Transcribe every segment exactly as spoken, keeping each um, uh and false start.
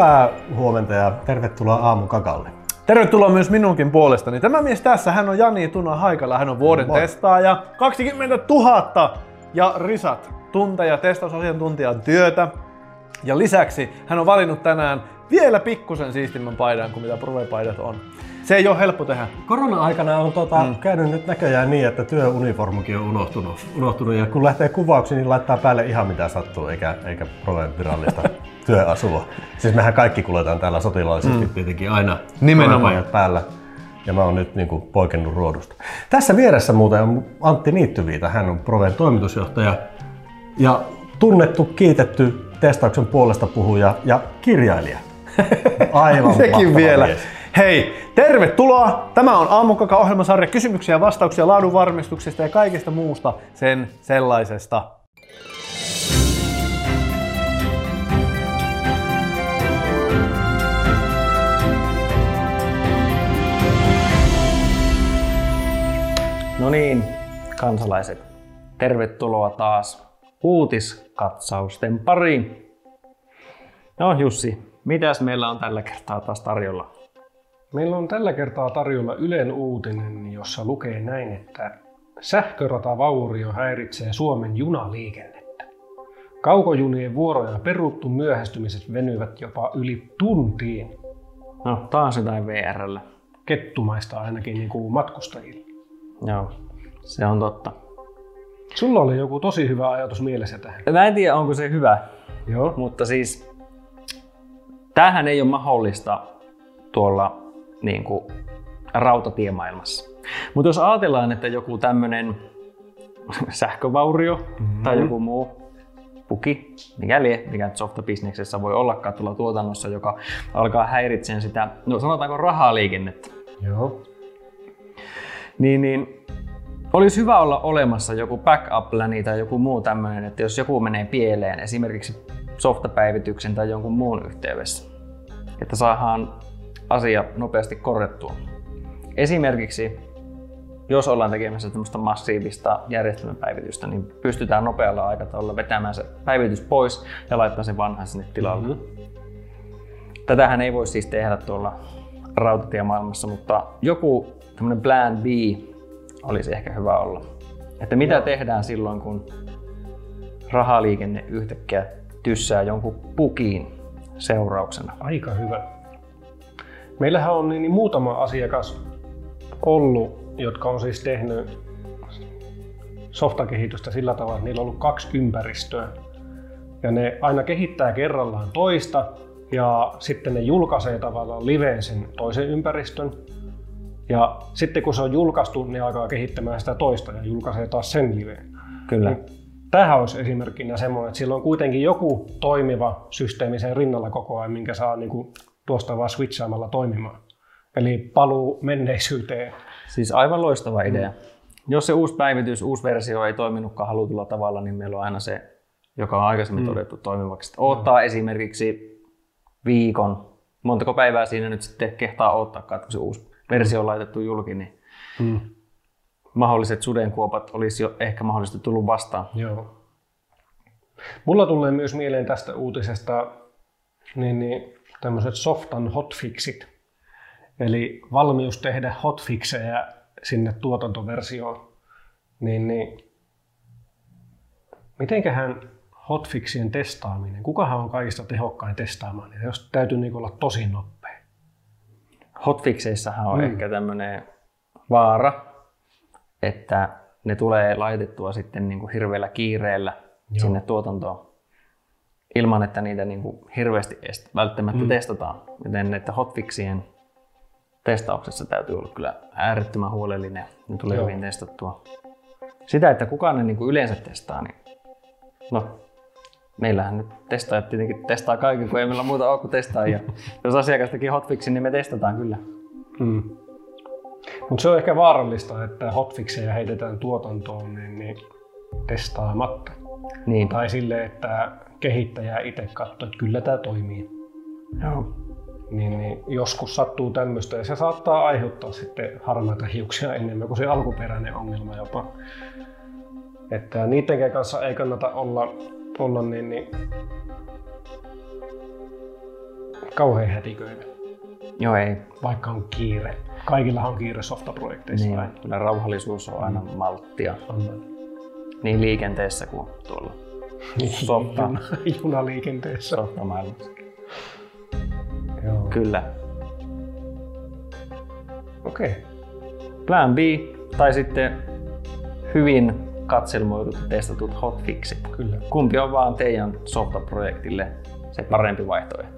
Hyvää huomenta ja tervetuloa aamukakalle. Tervetuloa myös minunkin puolestani. Tämä mies tässä, hän on Jani Tuna Haikala, hän on vuoden Moi. testaaja, kaksikymmentätuhatta ja risat tunteja testausasiantuntijan työtä. Ja lisäksi hän on valinnut tänään vielä pikkusen siistimmän paidan kuin mitä Prove-paidat on. Se ei ole helppo tehdä. Korona-aikana on tota, mm. käynyt nyt näköjään niin, että työuniformukin on unohtunut. unohtunut. Ja kun lähtee kuvauksiin, niin laittaa päälle ihan mitä sattuu, eikä, eikä Proven virallista työasua. Siis mehän kaikki kuljetaan täällä sotilaallisesti mm. tietenkin aina nimenomaan päällä. Ja mä oon nyt niin kuin poikennut ruodusta. Tässä vieressä muuten on Antti Niittyviita. Hän on Proven toimitusjohtaja ja tunnettu, kiitetty testauksen puolesta puhuja ja kirjailija. Aivan sekin vielä. Mies. Hei, tervetuloa! Tämä on Aamukaka-ohjelmasarja kysymyksiä ja vastauksia laadunvarmistuksesta ja kaikesta muusta sen sellaisesta. No niin, kansalaiset, tervetuloa taas uutiskatsausten pariin. No Jussi, mitäs meillä on tällä kertaa taas tarjolla? Meillä on tällä kertaa tarjolla Ylen uutinen, jossa lukee näin, että sähköratavaurio häiritsee Suomen junaliikennettä. Kaukojunien vuoroja peruttu, myöhästymiset venyvät jopa yli tuntiin. No, taas jotain V R:llä. Kettumaista ainakin niin kuin matkustajille. Joo, se on totta. Sulla oli joku tosi hyvä ajatus mielessä tähän. Mä en tiedä, onko se hyvä, Joo. mutta siis tämähän ei ole mahdollista tuolla niin kuin rautatiemaailmassa. Mutta jos ajatellaan, että joku tämmöinen sähkövaurio mm-hmm. tai joku muu puki, mikä lie, mikä softabisneksessä voi ollakaan tuolla tuotannossa, joka alkaa häiritsemään sitä, no sanotaanko rahaliikennettä. Joo. Niin, niin olisi hyvä olla olemassa joku backup-pläni tai joku muu tämmöinen, että jos joku menee pieleen, esimerkiksi softapäivityksen tai jonkun muun yhteydessä, että saadaan asia nopeasti korjattua. Esimerkiksi jos ollaan tekemässä tämmöistä massiivista järjestelmäpäivitystä, niin pystytään nopealla aikataululla vetämään se päivitys pois ja laittaa se vanha sinne tilalle. Mm-hmm. Tätähän ei voi siis tehdä tuolla rautatiemaailmassa, mutta joku tämmöinen plan B olisi ehkä hyvä olla. Että mitä tehdään silloin, kun rahaliikenne yhtäkkiä tyssää jonkun pukiin seurauksena? Aika hyvä. Meillähän on niin muutama asiakas ollut, jotka on siis tehnyt softakehitystä sillä tavalla, että niillä on ollut kaksi ympäristöä. Ja ne aina kehittää kerrallaan toista ja sitten ne julkaisee tavallaan liveen sen toisen ympäristön. Ja sitten kun se on julkaistu, ne alkaa kehittämään sitä toista ja julkaisee taas sen liveen. Kyllä. Niin tämähän olisi esimerkkinä semmoinen, että sillä on kuitenkin joku toimiva systeemi sen rinnalla koko ajan, minkä saa niin kuin tuosta vaan switchaamalla toimimaan. Eli paluu menneisyyteen. Siis aivan loistava idea. Mm. Jos se uusi päivitys, uusi versio ei toiminutkaan halutulla tavalla, niin meillä on aina se, joka on aikaisemmin mm. todettu toimivaksi. Odottaa mm. esimerkiksi viikon, montako päivää siinä nyt sitten kehtaa odottaakaan, kun se uusi versio on laitettu julki, niin mm. mahdolliset sudenkuopat olisi jo ehkä mahdollisesti tullut vastaan. Joo. Mulla tulee myös mieleen tästä uutisesta niin, niin, tämmöiset softan hotfixit. Eli valmius tehdä hotfixejä sinne tuotantoversioon. Niin, niin, mitenköhän hotfixien testaaminen, kukahan on kaikista tehokkain testaamaan, jos täytyy niin olla tosi nopea? Hotfixeissähän on mm. ehkä tämmöinen vaara, että ne tulee laitettua sitten niin kuin hirveällä kiireellä Joo. sinne tuotantoon ilman, että niitä niin kuin hirveästi välttämättä mm. testataan. Joten että hotfixien testauksessa täytyy olla kyllä äärettömän huolellinen. Ne tulee Joo. hyvin testattua. Sitä, että kukaan ne niin kuin yleensä testaa, niin no, meillähän nyt testaajat tietenkin testaa kaiken, kun ei meillä muuta ole kuin testaajia. Jos asiakas teki hotfixin, niin me testataan kyllä. Mm. Mutta se on ehkä vaarallista, että hotfixeja heitetään tuotantoon niin, niin testaamatta. Niin. Tai silleen, että kehittäjä itse katsoo, että kyllä tämä toimii. Joo. Niin, niin joskus sattuu tämmöistä ja se saattaa aiheuttaa sitten harmaita hiuksia enemmän kuin se alkuperäinen ongelma jopa. Että niiden kanssa ei kannata olla, olla niin, niin kauhean hätiköinen, Joo, ei. vaikka on kiire. Kaikilla on kiire softaprojekteissa. Niin, aina. kyllä rauhallisuus on aina malttia. On. Niin liikenteessä kuin tuolla softa, Juna, junaliikenteessä. softamaailmassa. Joo. Kyllä. Okei. Okay. Plan B tai sitten hyvin katselmoidut ja testatut hotfixit. Kyllä. Kumpi on vaan teidän softaprojektille se parempi vaihtoehto?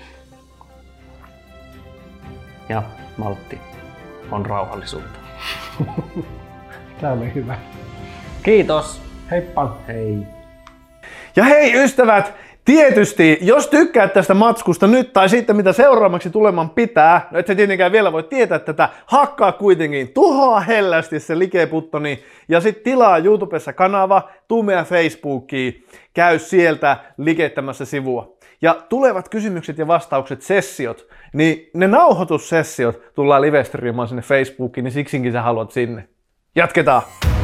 Ja maltti on rauhallisuutta. Tää oli hyvä. Kiitos! Heippa! Hei! Ja hei ystävät, tietysti jos tykkäät tästä matskusta nyt tai sitten mitä seuraavaksi tuleman pitää, no et sä tietenkään vielä voi tietää tätä, hakkaa kuitenkin, tuhoa hellästi se like-buttoni ja sit tilaa YouTubessa kanava, tuu meidän Facebookiin, käy sieltä likettämässä sivua. Ja tulevat kysymykset ja vastaukset, sessiot, niin ne nauhoitussessiot tullaan live-streamaan sinne Facebookiin, niin siksinkin sä haluat sinne. Jatketaan!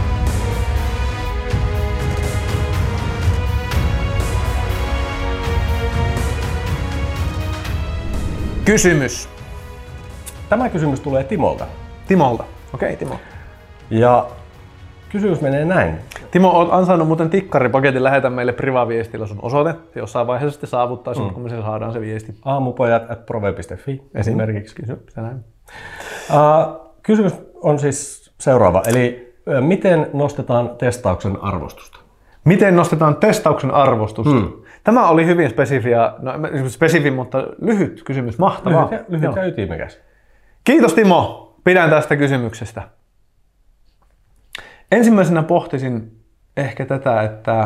Kysymys. Tämä kysymys tulee Timolta. Timolta. Okei, Timo. Ja kysymys menee näin. Timo, oot ansainnut muuten tikkaripaketin, lähetä meille privaviestillä sun osoite. Jossain vaiheessa sitten saavuttaa sinut, mm. kun me saadaan se viesti. Aamupojat at prove piste fi esimerkiksi. Kysy, näin. Uh, kysymys on siis seuraava. Eli uh, miten nostetaan testauksen arvostusta? Miten nostetaan testauksen arvostusta? Hmm. Tämä oli hyvin spesifiä, no spesifi, mutta lyhyt kysymys. Mahtavaa. Lyhyt, ja, lyhyt ja ytimekäs. Kiitos Timo. Pidän tästä kysymyksestä. Ensimmäisenä pohtisin ehkä tätä, että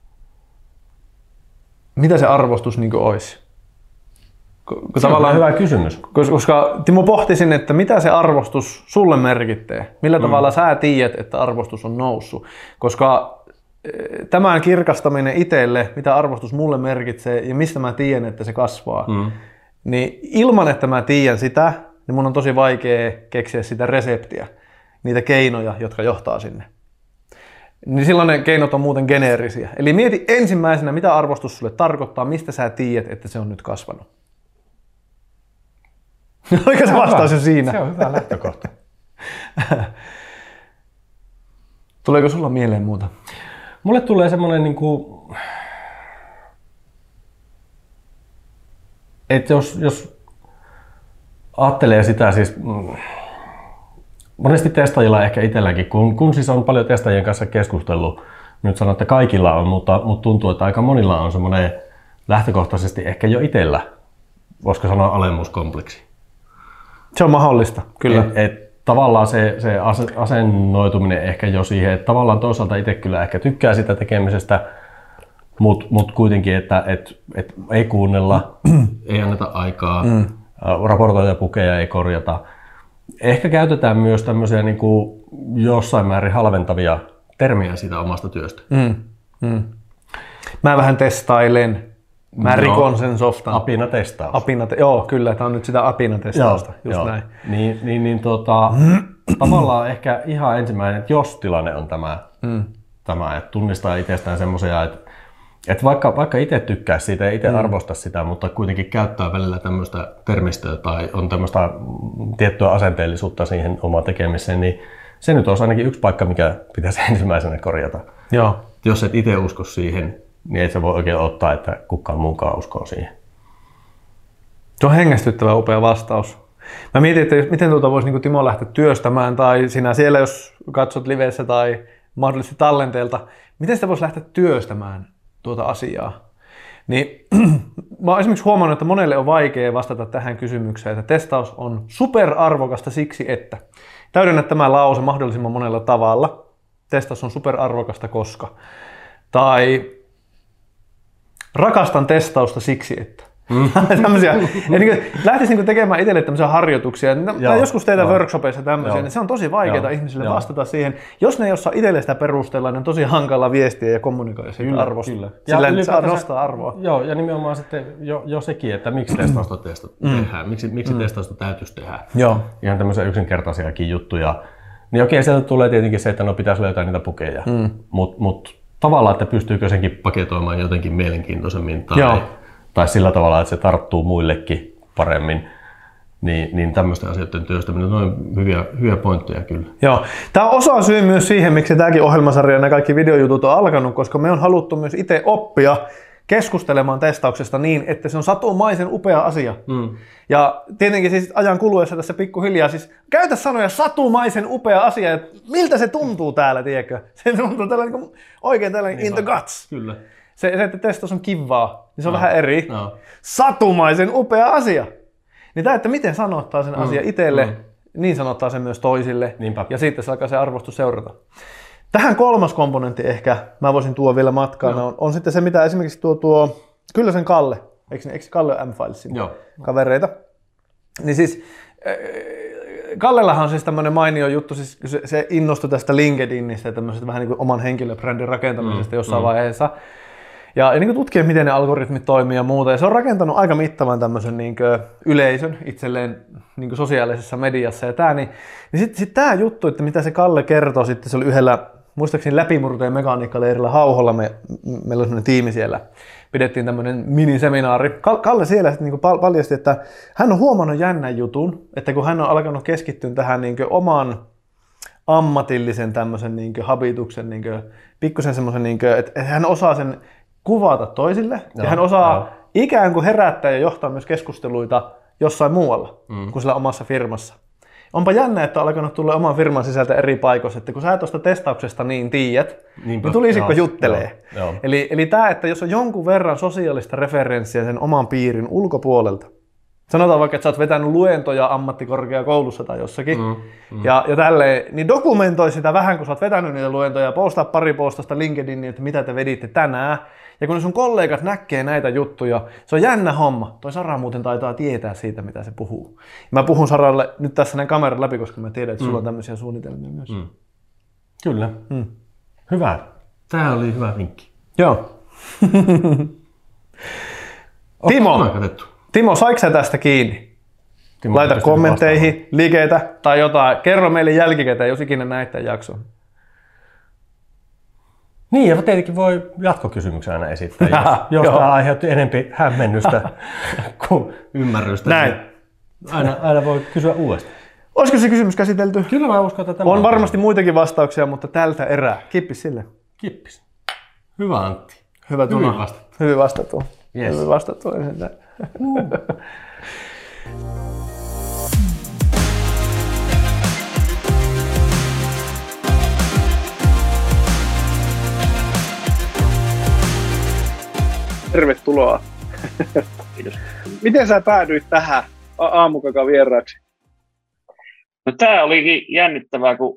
mitä se arvostus niin kuin olisi. Se on hyvä kysymys. Koska Timo pohtisin, että mitä se arvostus sulle merkitsee. Millä mm. tavalla sä tiedät, että arvostus on noussut. Koska tämän kirkastaminen itselle, mitä arvostus mulle merkitsee ja mistä mä tiedän, että se kasvaa, mm. niin ilman, että mä tiedän sitä, niin mun on tosi vaikea keksiä sitä reseptiä, niitä keinoja, jotka johtaa sinne. Niin silloin ne keinot on muuten geneerisiä. Eli mieti ensimmäisenä, mitä arvostus sulle tarkoittaa, mistä sä tiedät, että se on nyt kasvanut. Oliko se vastaus jo siinä? Se on hyvä lähtökohta. Tuleeko sulla mieleen muuta? Mulle tulee semmoinen, niin kuin, että jos, jos ajattelee sitä, siis monesti testaajilla ehkä itselläkin, kun, kun siis on paljon testaajien kanssa keskustellut, nyt sanon, että kaikilla on, mutta, mutta tuntuu, että aika monilla on semmoinen lähtökohtaisesti ehkä jo itsellä, voisiko sanoa alemmuuskompleksi. Se on mahdollista, kyllä. Et, et, tavallaan se, se asennoituminen ehkä jo siihen, että tavallaan toisaalta itse kyllä ehkä tykkää sitä tekemisestä, mutta mut kuitenkin, että et, et ei kuunnella, ei anneta aikaa, mm. raportoida pukeja ei korjata. Ehkä käytetään myös tämmöisiä niin kuin jossain määrin halventavia termejä siitä omasta työstä. Mm. Mm. Mä vähän testailen. Mä no, rikon sen softan. Apina-testaus. Apina te- joo, kyllä, tämä on nyt sitä apina-testausta. Just joo. Näin. Niin, niin, niin tota, tavallaan ehkä ihan ensimmäinen, että jos tilanne on tämä, mm. tämä että tunnistaa itsestään semmoisia, että, että vaikka, vaikka itse tykkää siitä ja itse mm. arvostaa sitä, mutta kuitenkin käyttää välillä tämmöistä termistöä tai on tämmöistä tiettyä asenteellisuutta siihen omaan tekemiseen, niin se nyt olisi ainakin yksi paikka, mikä pitäisi ensimmäisenä korjata. Joo. Jos et itse usko siihen, niin ei se voi oikein ottaa, että kukaan muukaan uskoo siihen. Se on hengästyttävä upea vastaus. Mä mietin, että miten tuota voisi niin Timo lähteä työstämään, tai sinä siellä, jos katsot livessä tai mahdollisesti tallenteelta, miten sitä voisi lähteä työstämään tuota asiaa. Niin, mä oon esimerkiksi huomannut, että monelle on vaikea vastata tähän kysymykseen, että testaus on superarvokasta siksi, että täydennä tämä lause mahdollisimman monella tavalla. Testaus on superarvokasta, koska. Tai rakastan testausta siksi, että. Mm. Tämmöisiä. Niin lähtisi niin tekemään itselle tämmöisiä harjoituksia. Joo, joskus teitä joo. workshopeissa tämmöisiä, niin se on tosi vaikeaa ihmisille joo. vastata siihen. Jos ne ei osaa itselle sitä perustella, niin on tosi hankala viestiä ja kommunikoida siitä arvosta. Kyllä. Sillä ei saa nostaa arvoa. Joo, ja nimenomaan sitten jo, jo sekin, että miksi testausta tehdään, mm. miksi, miksi mm. testausta täytyisi tehdä. Joo. Ihan tämmöisiä yksinkertaisiakin juttuja. Niin okei, sieltä tulee tietenkin se, että no pitäisi löytää niitä pukeja, mm. mutta mut, tavallaan, että pystyykö senkin paketoimaan jotenkin mielenkiintoisemmin tai, tai sillä tavalla, että se tarttuu muillekin paremmin. Niin, niin tämmöisten asioiden työstäminen on hyviä, hyviä pointteja kyllä. Joo. Tämä on osa syy myös siihen, miksi tämäkin ohjelmasarja ja nämä kaikki videojutut on alkanut, koska me on haluttu myös itse oppia keskustelemaan testauksesta niin, että se on satumaisen upea asia. Mm. Ja tietenkin siis ajan kuluessa tässä pikkuhiljaa, siis käytä sanoja satumaisen upea asia, että miltä se tuntuu täällä, tiedätkö? Se tuntuu tällainen, oikein tällainen niin in the guts. Kyllä. Se, se, että testaus on kivaa, niin se on no. vähän eri. No. Satumaisen upea asia. Niin tämä, että miten sanottaa sen mm. asian itselle, mm. niin sanottaa sen myös toisille. Niinpä. Ja sitten se alkaa se arvostus seurata. Tähän kolmas komponentti ehkä, mä voisin tuoda vielä matkaan, no. on, on sitten se, mitä esimerkiksi tuo, tuo kyllä sen Kalle, eikö, eikö Kalle ole M-Filesin kavereita? Niin siis Kallellahan on siis tämmöinen mainio juttu, siis se, se innostui tästä LinkedInistä ja tämmöisestä vähän niin kuin oman henkilöbrändin rakentamisesta mm. jossain mm. vaiheessa. Ja, ja niin tutkia, miten ne algoritmit toimii ja muuta. Ja se on rakentanut aika mittavan tämmöisen niin kuin yleisön itselleen niin kuin sosiaalisessa mediassa. Ja tää, niin, niin sitten sit tämä juttu, että mitä se Kalle kertoo, sitten se oli yhdellä, muistaakseni läpimurteen mekaniikkaleirillä Hauholla, me, meillä oli semmoinen tiimi siellä. Pidettiin tämmöinen miniseminaari. Kalle siellä sitten niin kuin paljasti, että hän on huomannut jännän jutun, että kun hän on alkanut keskittyä tähän niin kuin oman ammatillisen tämmöisen niin kuin habituksen, niin kuin, pikkusen semmoisen, niin kuin, että hän osaa sen kuvata toisille no, ja hän osaa no. ikään kuin herättää ja johtaa myös keskusteluita jossain muualla mm. kuin sillä omassa firmassa. Onpa jännä, että on alkanut tulla oman firman sisältä eri paikoissa, että kun sä tuosta testauksesta niin tiedät, Niinpä. niin tulisitko juttelee. Joo, joo. Eli, eli tämä, että jos on jonkun verran sosiaalista referenssiä sen oman piirin ulkopuolelta, sanotaan vaikka, että sä oot vetänyt luentoja ammattikorkeakoulussa tai jossakin, mm, mm. Ja, ja tälleen, niin dokumentoi sitä vähän, kun sä oot vetänyt niitä luentoja, postaa pari postasta LinkedIniin, että mitä te veditte tänään. Ja kun sun kollegat näkee näitä juttuja, se on jännä homma. Toi Sara muuten taitaa tietää siitä, mitä se puhuu. Mä puhun Saralle nyt tässä näin kameran läpi, koska mä tiedän, että sulla mm. on tämmöisiä suunnitelmia myös. Mm. Kyllä. Mm. Hyvä. Tää oli hyvä vinkki. Joo. Timo, Timo, saiko sä tästä kiinni? Timo, laita kommentteihin, liikeitä tai jotain. Kerro meille jälkikäteen, jos ikinä näit tämän jakson. Niin, ja tietenkin voi jatkokysymyksiä aina esittää, jos, jos tämä aiheutti enempi hämmennystä kuin ymmärrystä. Näin. Niin aina, aina voi kysyä uudestaan. Olisiko se kysymys käsitelty? Kyllä mä uskon, että tämä on. On varmasti muitakin vastauksia, mutta tältä erää. Kippis sille. Kippis. Hyvä Antti. Hyvä Tuna. Hyvin vastattu. Hyvin vastattu. Yes. Hyvin vastattu. Mm. Tervetuloa. Kiitos. Miten sä päädyit tähän Aamukakan vieraaksi? No tää olikin jännittävää, kun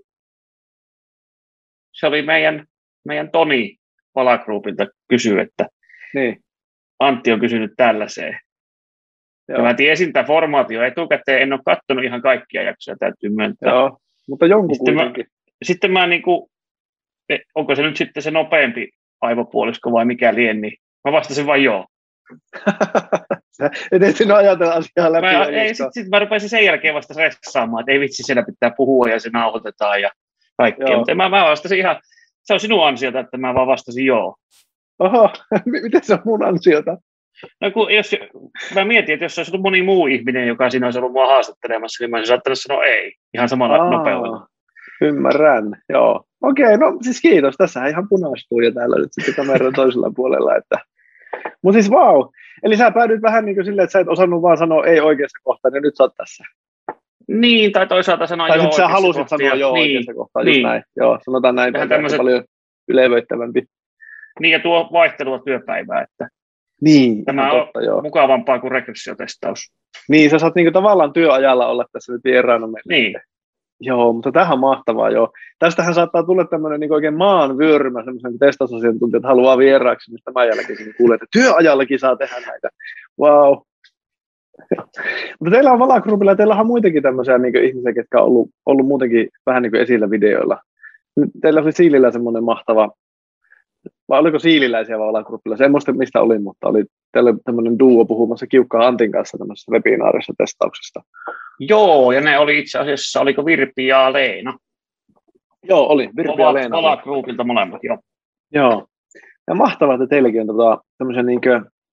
se oli meidän, meidän Toni Palagroupilta kysyi, että niin. Antti on kysynyt tällaiseen. Joo. Ja mä tiesin tämän formaation etukäteen, en ole katsonut ihan kaikkia jaksoja, täytyy myöntää. Joo, mutta jonkun sitten kuitenkin. Mä, sitten mä niinku, onko se nyt sitten se nopeampi aivopuolisko vai mikä lien, niin mä vastasin vain joo. Sä et ehtinyt ajatella asiaa läpi. Mä, ei, sit, sit mä rupesin sen jälkeen vasta stressaamaan, että ei vitsi, siellä pitää puhua ja se nauhoitetaan ja kaikkea. Joo. Mutta mä, mä vastasin ihan, se on sinun ansiota, että mä vaan vastasin joo. Oho, miten se on mun ansiota? No kun jos, mä mietin, että jos olisi ollut moni muu ihminen, joka siinä olisi ollut mua haastattelemassa, niin mä olisin saattanut sanoa ei, ihan samalla Aa, nopeudella. Ymmärrän, joo. Okei, no siis kiitos. Tässähän ihan punaistuu jo täällä nyt sitten kameran toisella puolella. Että... Mutta siis vau. Wow. Eli sä päädyit vähän niin kuin silleen, että sä et osannut vaan sanoa ei oikeassa kohtaa, niin nyt sä oot tässä. Niin, tai toisaalta sanoa tai joo oikeassa kohtaa. Tai sitten sä halusit kohtia. sanoa joo niin, oikeassa kohtaa, niin. just näin. Joo, sanotaan näin, että tämmöset... paljon ylevöittävämpi. Niin, ja tuo vaihtelua työpäivää, että niin, tämä totta, on joo. mukavampaa kuin regressiotestaus. Niin, sä saat niinku tavallaan työajalla olla tässä nyt vieraana meille. Niin. Joo, mutta tämähän on mahtavaa, joo. Tästähän saattaa tulla tämmöinen niin oikein maanvyörymä, semmoisen testausasiantuntija, että haluaa vieraaksi, mistä mä jälkeen kuulen, että työajallakin saa tehdä näitä. Wow. Mutta teillä on Valagroupilla, teillä on muitakin tämmöisiä niin ihmisiä, jotka on ollut, ollut muutenkin vähän niin esillä videoilla. Teillä oli Siilillä semmoinen mahtava, vai oliko Siililäisiä Valagroupilla? Se en muista mistä oli, mutta oli teillä tämmöinen duo puhumassa Kiukkaan Antin kanssa tämmöisessä webinaarissa testauksesta. Joo, ja ne oli itse asiassa, oliko Virpi ja Leena? Joo, oli. Virpi ja Leena. Valagroupilta molemmat, joo. Joo. Ja mahtavaa, että teilläkin on tota, tämmöisiä niinkö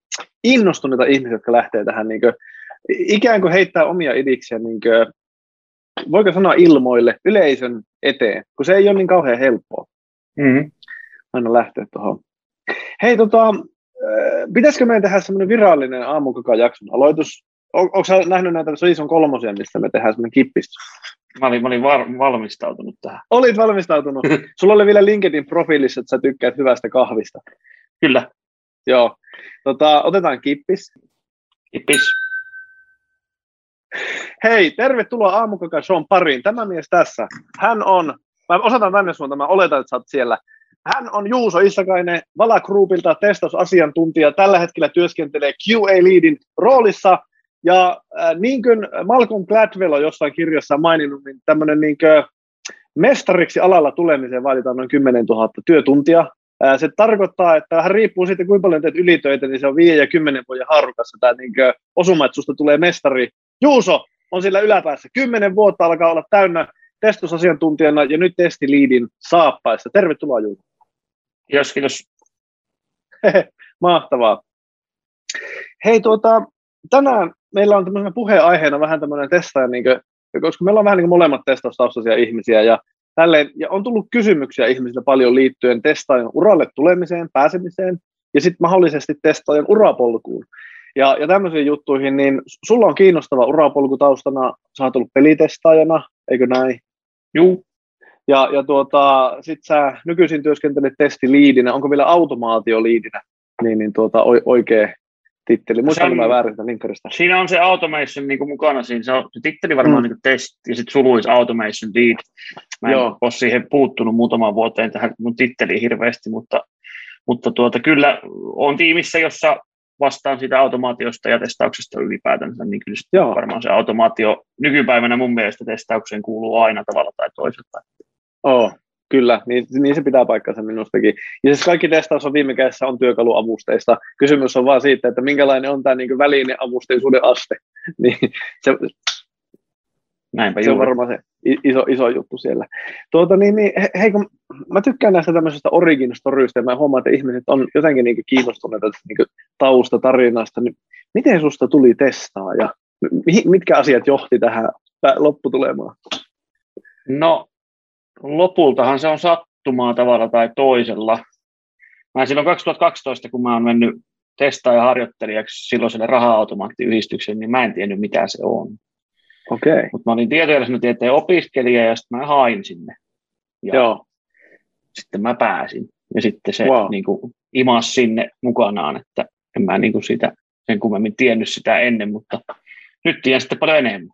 innostuneita ihmisiä, jotka lähtee tähän niin kuin, ikään kuin heittää omia idiksiä, niin kuin, voiko sanoa ilmoille, yleisön eteen, kun se ei ole niin kauhean helppoa. Mm-hmm. Aina lähteä tuohon. Hei, tota, pitäisikö meidän tehdä semmoinen virallinen aamukoka-jakson aloitus? O- Onko sä nähnyt näitä season kolmosia, missä me tehdään semmoinen kippistys? Mä olin, mä olin var, valmistautunut tähän. Olit valmistautunut. Sulla oli vielä LinkedIn profiilissa, että sä tykkäät hyvästä kahvista. Kyllä. Joo. Tota, otetaan kippis. Kippis. Hei, tervetuloa Aamukoka Shown pariin. Tämä mies tässä, hän on, mä osataan tänne suuntaan, mä oletan, että sä oot siellä. Hän on Juuso Issakainen, Vala Groupilta testausasiantuntija. Tällä hetkellä työskentelee Q A-leadin roolissa. Ja äh, niin kuin Malcolm Gladwell on jossain kirjassa maininnut, niin tämmöinen niin kuin mestariksi alalla tulemiseen vaaditaan noin kymmenen tuhatta työtuntia. Äh, se tarkoittaa, että vähän riippuu siitä, kuinka paljon teet ylitöitä, niin se on viiden ja kymmenen vuoden haarukassa tämä niin kuin osuma, että susta tulee mestari. Juuso on sillä yläpäässä. Kymmenen vuotta alkaa olla täynnä testausasiantuntijana ja nyt testiliidin saappaissa. Tervetuloa, Juuso. Kiitos, kiitos. Mahtavaa. Hei, tuota, tänään meillä on tämmöisenä puheenaiheena vähän tämmöinen testaaja, niin kuin, koska meillä on vähän niin kuin molemmat testaustaustaisia ihmisiä, ja, tälleen, ja on tullut kysymyksiä ihmisille paljon liittyen testaajan uralle tulemiseen, pääsemiseen, ja sitten mahdollisesti testaajan urapolkuun. Ja, ja tämmöisiin juttuihin, niin sulla on kiinnostava urapolku taustana, sä oot ollut pelitestaajana, eikö näin? Juu. Ja, ja tuota, sit sä nykyisin työskentelet testiliidinä, onko vielä automaatioliidinä, niin, niin tuota, o, oikea titteli. Muistanko mä väärin sitä linkkarista? Siinä on se automation niin kuin mukana, siinä se, on, se titteli varmaan mm. niin kuin test, ja sitten suluis automation lead. Mä en Joo. ole siihen puuttunut muutamaan vuoteen tähän mun titteliin hirveästi, mutta, mutta tuota, kyllä on tiimissä, jossa vastaan siitä automaatiosta ja testauksesta ylipäätänsä, niin kyllä Joo. varmaan se automaatio nykypäivänä mun mielestä testaukseen kuuluu aina tavalla tai toisella. Oh, kyllä, niin, niin se pitää paikkansa minustakin. Ja siis kaikki testaus on viime kädessä on työkaluavusteista. Kysymys on vaan siitä, että minkälainen on tämä niin välineavusteisuuden aste. Niin se, Näinpä se on varmaan se iso, iso juttu siellä. Tuota, niin, niin, hei, kun mä tykkään näistä tämmöisistä origin storyista, ja mä huomaan, että ihmiset on jotenkin niin kiinnostuneita niin taustatarinasta. Niin miten susta tuli testaaja? Mitkä asiat johti tähän lopputulemaan? No, lopultahan se on sattumaa tavalla tai toisella. Mä silloin kaksituhattakaksitoista, kun mä oon mennyt testaajaharjoittelijaksi silloiselle raha-automaattiyhdistykselle, niin mä en tiennyt, mitä se on. Okay. Mutta mä olin tieteellisen tieteen opiskelija ja sitten mä hain sinne. Ja Joo. sitten mä pääsin. Ja sitten se wow. niin kuin, imasi sinne mukanaan, että en mä niin kuin sitä, sen kummemmin tiennyt sitä ennen, mutta nyt tiedän sitten paljon enemmän.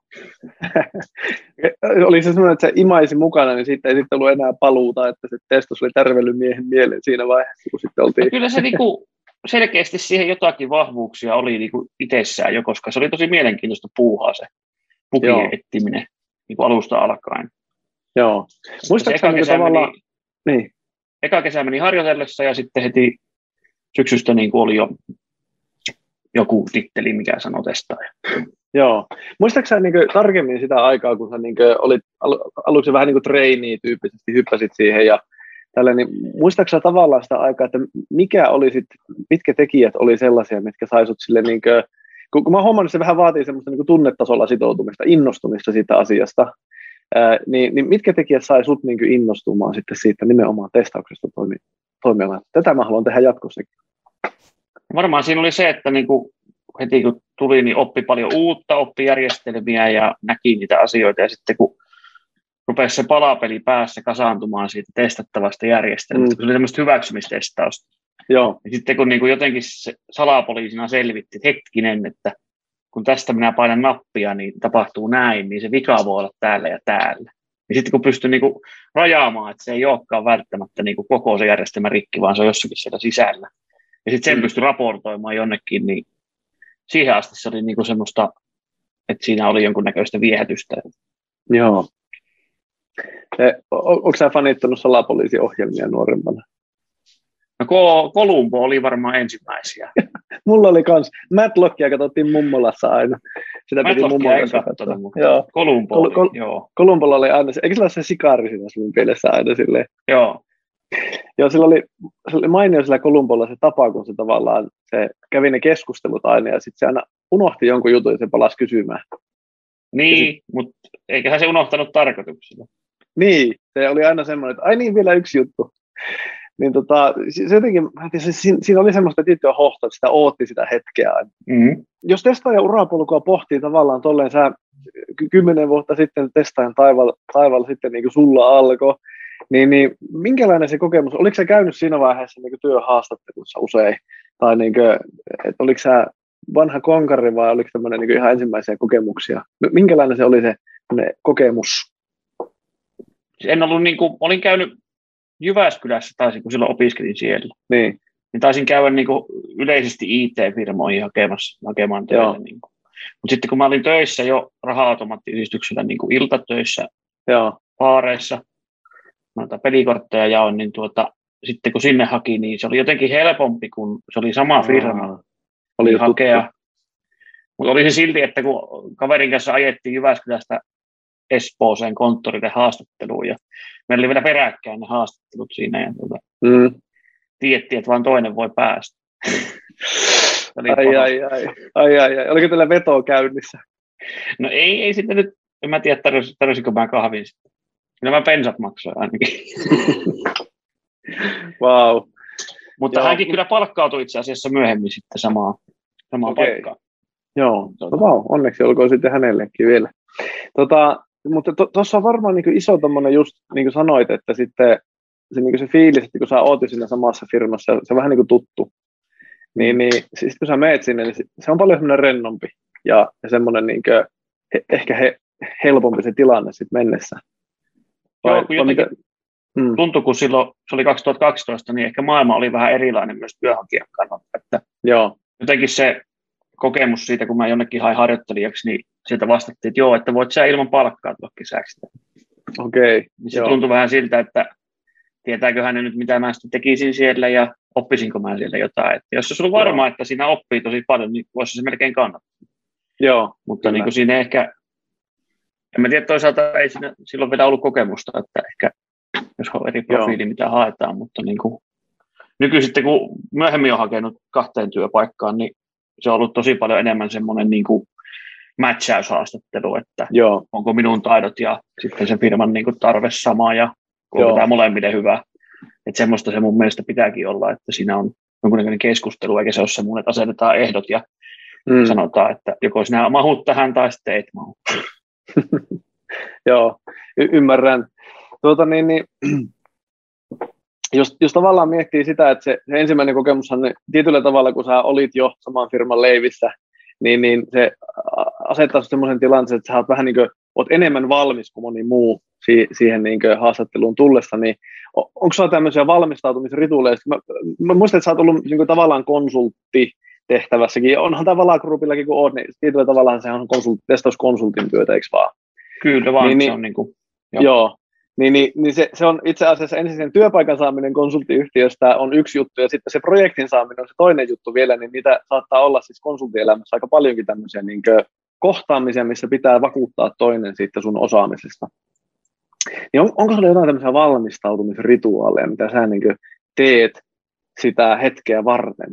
Oli se semmoinen, että se imaisi mukana, niin sitten ei sitten ollut enää paluuta, että se testus oli tärvellyt miehen mieleen siinä vaiheessa, kun sitten oltiin. No kyllä se niinku, selkeästi siihen jotakin vahvuuksia oli niinku itsessään jo, koska se oli tosi mielenkiintoista puuhaa se pukien etsiminen niinku alusta alkaen. Joo. Muistatko niin tavallaan... Meni, niin. Eka kesä meni harjoitellessa ja sitten heti syksystä niinku oli jo joku titteli, mikä sanoo testaaja. Joo. Muistatko sä niin kuin, tarkemmin sitä aikaa, kun sä niin kuin, olit al- aluksi vähän niin kuin trainee tyyppisesti, hyppäsit siihen ja tällä, niin muistatko sä tavallaan sitä aikaa, että mikä oli sit, mitkä tekijät oli sellaisia, mitkä sai sut sille, niin kuin, kun, kun mä huomannut, että se vähän vaatii semmoista niin kuin tunnetasolla sitoutumista, innostumista siitä asiasta, ää, niin, niin mitkä tekijät sai sut niin kuin innostumaan sitten siitä nimenomaan testauksesta toimi, toimialaan? Tätä mä haluan tehdä jatkossakin. Varmaan siinä oli se, että niinku heti kun tuli, niin oppi paljon uutta, oppi järjestelmiä ja näki niitä asioita. Ja sitten kun rupesi se palapeli päässä kasaantumaan siitä testattavasta järjestelmästä, mm. se oli tämmöistä hyväksymistestausta. Joo. Ja sitten kun niinku jotenkin se salapoliisina selvitti, että hetkinen, että kun tästä minä painan nappia, niin tapahtuu näin, niin se vika voi olla täällä ja täällä. Ja sitten kun pystyi niinku rajaamaan, että se ei olekaan välttämättä niinku koko se järjestelmä rikki, vaan se on jossakin siellä sisällä. Ja sitten sen pystyi raportoimaan jonnekin, niin siihen asti se oli niinku semmoista, että siinä oli jonkunnäköistä viehätystä. Joo. Onko sä fanittanut salapoliisiohjelmia nuorempana? No Columbo oli varmaan ensimmäisiä. Mulla oli kans. Matlockia katsottiin mummolassa aina. Sitä piti mummolassa katsoa. Joo. Columbo Kol- oli, kol- joo. Columbolla oli aina, eikö sillä ole se sikaari siinä sun mielessä aina silleen? Joo. Joo, sillä oli, sillä oli mainio sillä Columbolla se tapa, kun se tavallaan se kävi ne keskustelut aina ja sitten se aina unohti jonkun jutun ja se palasi kysymään. Niin, sit... mutta eiköhän se unohtanut tarkoituksella. Niin, se oli aina semmoinen, että ai niin, vielä yksi juttu. Niin tota, se jotenkin, se, siinä oli semmoista tiettyä hohtoa, että sitä ootti sitä hetkeä aina. Mm-hmm. Jos testaajan urapolkua pohtii tavallaan tolleen, sä kymmenen vuotta sitten testaajan taivalla, taivalla sitten niin kuin sulla alkoi, niin, niin minkälainen se kokemus, oliko sä käynyt siinä vaiheessa niin kuin työhaastattelussa usein, tai niin kuin, että oliko sä vanha konkari vai oliko tämmöinen niin kuin ihan ensimmäisiä kokemuksia? Minkälainen se oli se kokemus? En ollut niin kuin, olin käynyt Jyväskylässä, taisin, kun silloin opiskelin siellä. Niin. Niin taisin käydä niin kuin yleisesti I T-firmoihin hakemassa, hakemaan töitä. Niin mutta sitten kun mä olin töissä jo raha-automaattiyhdistyksellä niin kuin iltatöissä, Joo. baareissa, noita pelikortteja jaoin, niin tuota, sitten kun sinne haki, niin se oli jotenkin helpompi, kun se oli sama firma. Aa, oli niin hakea. Mutta oli se silti, että kun kaverin kanssa ajettiin Jyväskylästä Espooseen konttorille haastatteluun, ja meillä oli vielä peräkkäin ne haastattelut siinä, ja tuota, mm. tiedettiin, että vain toinen voi päästä. ai, ai, ai, ai, ai, ai. Oliko teillä vetoa käynnissä? No ei, ei sitten nyt, en mä tiedä, tarvitsinko tarvitsinko mä kahvin sitten. Kyllä mä pensat maksoin ainakin. Wow. Mutta Joo. hänkin kyllä palkkautui itse asiassa myöhemmin sitten samaan, samaan okay. paikkaan. Joo, tuota. no, wow. Onneksi olkoon sitten hänellekin vielä. Tota, mutta tuossa to, on varmaan niin iso tommonen just, niin kuin sanoit, että sitten se, niin se fiilis, että kun sä oot siinä samassa firmassa, se on vähän niin kuin tuttu. Niin, niin siis kun sä meet sinne, niin se on paljon semmoinen rennompi ja, ja semmoinen niin kuin, he, ehkä he, helpompi se tilanne sitten mennessä. Vai, Joo, kun jotenkin mm. tuntui, kun silloin se oli kaksituhattakaksitoista, niin ehkä maailma oli vähän erilainen myös työnhakijan kannalta. Että Joo. Jotenkin se kokemus siitä, kun mä jonnekin hain harjoittelijaksi, niin sieltä vastattiin, että joo, että voit sä ilman palkkaa tulla kesäksi. Okei. Okay, niin se joo. tuntui vähän siltä, että tietääköhän ne nyt, mitä mä sitten tekisin siellä ja oppisinko mä siellä jotain. Että jos se on varma, että siinä oppii tosi paljon, niin voisi se melkein kannattaa. Joo. Mutta niin kuin siinä ehkä, en mä tiedä, toisaalta ei siinä silloin vielä ollut kokemusta, että ehkä jos on eri profiili, joo. mitä haetaan, mutta niin kuin, nykyisin kun myöhemmin on hakenut kahteen työpaikkaan, niin se on ollut tosi paljon enemmän semmoinen niin kuin matchaushaastattelu, että joo. onko minun taidot ja sitten sen firman niin kuin tarve sama ja onko tämä molemmille hyvä. Että semmoista se mun mielestä pitääkin olla, että siinä on jonkunnäköinen keskustelu, eikä se ole semmoinen, että asetetaan ehdot ja mm. sanotaan, että joko sinä mahut tähän tai sitten et mahu. Joo, y- ymmärrän. Tuota, niin, niin, jos, jos tavallaan miettii sitä, että se, se ensimmäinen kokemushan niin tietyllä tavalla, kun sä olit jo saman firman leivissä, niin, niin se asettaa semmoisen tilanteen, että sä oot vähän niin kuin, oot enemmän valmis kuin moni muu si- siihen niin kuin haastatteluun tullessa, niin on, onko sulla tämmöisiä valmistautumisrituuleja? Mä, mä muistan, että sä oot ollut niin kuin, tavallaan konsultti tehtävässäkin. Onhan tavallaan Groupillakin, kun oot, niin tietyllä tavallaan se on konsult, testauskonsultin työtä, eikö vaan? Kyllä vaan, niin, se on niin kuin, joo. joo. Niin, niin, niin se, se on itse asiassa ensin sen työpaikan saaminen konsulttiyhtiöstä on yksi juttu, ja sitten se projektin saaminen on se toinen juttu vielä, niin niitä saattaa olla siis konsulttielämässä aika paljonkin tämmöisiä niin kuin kohtaamisia, missä pitää vakuuttaa toinen siitä sun osaamisesta. Niin on, onko sulla jotain tämmöisiä valmistautumisrituaaleja, mitä sä niin kuin teet sitä hetkeä varten?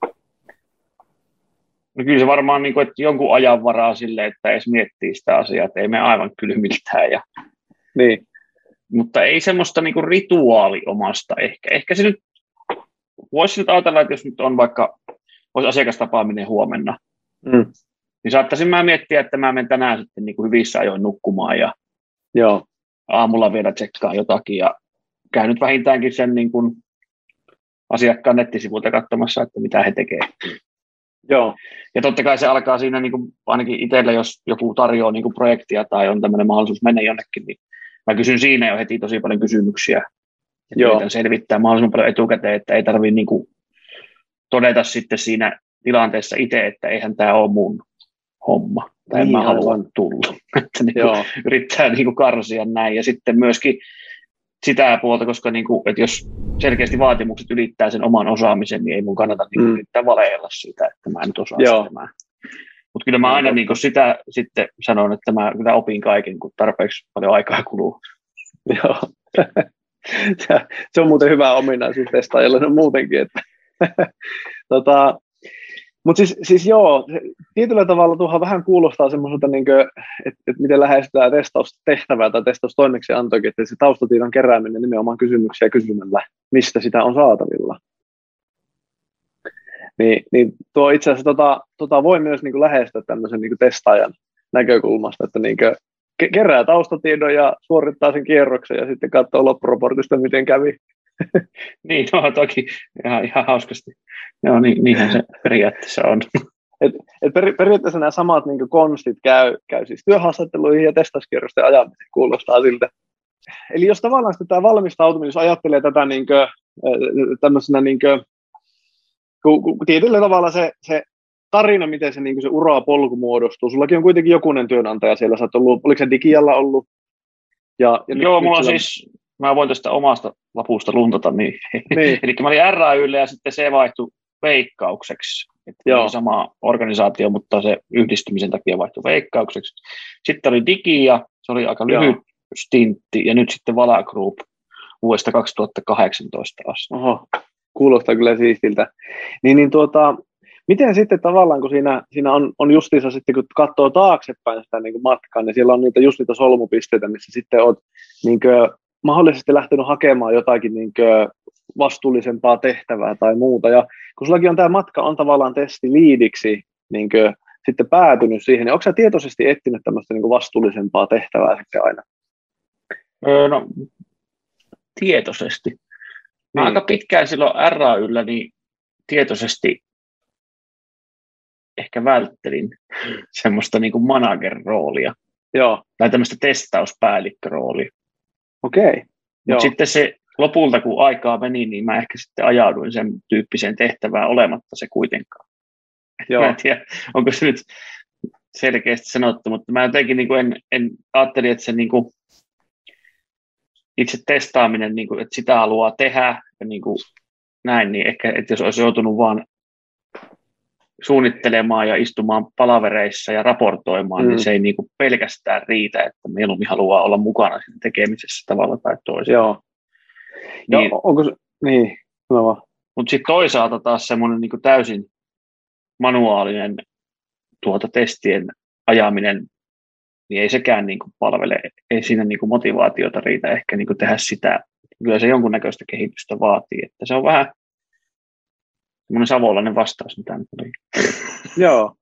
No kyllä se varmaan, niin kuin, että jonkun ajan varaa sille, että edes miettii sitä asiaa, että ei mene aivan kylmiltään. Ja... Niin. Mutta ei semmoista niin kuin rituaaliomasta ehkä. Ehkä se nyt, voisi nyt ajatella, että jos nyt on vaikka, olisi asiakastapaaminen huomenna, mm. niin saattaisin mä miettiä, että mä menen tänään sitten niin kuin hyvissä ajoin nukkumaan ja Joo. aamulla vielä tsekkaan jotakin ja käyn nyt vähintäänkin sen niin kuin asiakkaan nettisivuilta katsomassa, että mitä he tekevät. Joo. Ja totta kai se alkaa siinä, niin kuin, ainakin itselle, jos joku tarjoaa niin kuin projektia tai on tämmöinen mahdollisuus mennä jonnekin, niin mä kysyn siinä jo heti tosi paljon kysymyksiä. Ja yritän selvittää mahdollisimman paljon etukäteen, että ei tarvitse niin kuin todeta sitten siinä tilanteessa itse, että eihän tämä ole mun homma. Tai niin, en mä halua tulla. Että niin kuin yrittää niin kuin karsia näin. Ja sitten myöskin sitä puolta, koska niin kuin, että jos selkeästi vaatimukset ylittää sen oman osaamisen, niin ei mun kannata niin kuin mm. yrittää valeella sitä, että mä en nyt osaa sitä. Mutta kyllä mä aina niin kuin sitä sitten sanon, että mä kyllä opin kaiken, kun tarpeeksi paljon aikaa kuluu. Joo. Se on muuten hyvä ominaisuus testaajille no muutenkin. Että tota, mutta siis, siis joo, tietyllä tavalla tuohan vähän kuulostaa semmoiselta, niin että et miten lähestytään testaustehtävää tai testaustoimeksiantoakin, että se taustatiedon kerääminen nimenomaan kysymyksiä kysymällä, mistä sitä on saatavilla. Niin, niin tuo itse asiassa tota, tota voi myös niin kuin lähestyä tämmöisen niin kuin testaajan näkökulmasta, että niin kuin kerää taustatiedon ja suorittaa sen kierroksen ja sitten katsoo loppuraportista, miten kävi. Niin, no toki ihan, ihan hauskasti. Joo, niin, niinhän se periaatteessa on. Et, et per, periaatteessa nämä samat niin kuin konstit käy, käy siis työhaastatteluihin ja testauskierrosten ajamiseen, kuulostaa siltä. Eli jos tavallaan tämä valmistautuminen, jos ajattelee tätä niin kuin, tämmöisenä, niin kuin, kun, kun tietyllä tavalla se, se tarina, miten se, niin kuin se urapolku muodostuu, sullakin on kuitenkin jokunen työnantaja siellä, sä oot ollut, oliko se Digialla ollut? Ja, ja Joo, nyt, mulla nyt on siis, mä voin tästä omasta lapusta luntata, niin, niin. eli mä olin R A Y:llä ja sitten se vaihtui Veikkaukseksi, että oli sama organisaatio, mutta se yhdistymisen takia vaihtui Veikkaukseksi. Sitten oli Digi ja se oli aika lyhyt Joo. stintti ja nyt sitten Vala Group vuodesta kaksituhattakahdeksantoista asti. Oho, kuulostaa kyllä siistiltä. Niin, niin tuota, miten sitten tavallaan, kun siinä, siinä on, on justiinsa sitten, kun katsoo taaksepäin sitä niin kuin matkaa, niin siellä on niitä, just niitä solmupisteitä, missä sitten olet niin kuin, mahdollisesti lähtenyt hakemaan jotakin niin kuin, vastuullisempaa tehtävää tai muuta. Ja kun sullakin on tämä matka on tavallaan testiliidiksi niin kuin, sitten päätynyt siihen, niin onko sä tietoisesti etsinyt tämmöistä niin kuin vastuullisempaa tehtävää sitten aina? Öö, no, tietoisesti. Mä niin. Aika pitkään silloin R A Y:llä niin tietoisesti ehkä välttelin semmoista niin kuin manager-roolia. Joo. Tai tämmöistä testauspäällikköroolia. Okei. Okay. Mutta sitten se lopulta, kun aikaa meni, niin mä ehkä sitten ajauduin sen tyyppiseen tehtävään olematta se kuitenkaan. Joo. Mä en tiedä, onko se nyt selkeästi sanottu, mutta mä jotenkin niin kuin en, en ajattelin, että se niin kuin itse testaaminen, niin kuin, että sitä haluaa tehdä ja niin kuin näin, niin ehkä, että jos olisi joutunut vaan suunnittelemaan ja istumaan palavereissa ja raportoimaan, mm. niin se ei niin kuin pelkästään riitä, että mieluummin haluaa olla mukana siinä tekemisessä tavalla tai toisella. Joo. Niin, Joo, onko se, niin, no. Mutta sitten toisaalta taas semmoinen niin kuin täysin manuaalinen tuota testien ajaminen, niin ei sekään niin kuin palvele, ei siinä niin kuin motivaatiota riitä ehkä niin kuin tehdä sitä. Kyllä se jonkunnäköistä kehitystä vaatii, että se on vähän semmoinen savolainen vastaus, mitä nyt oli. Joo.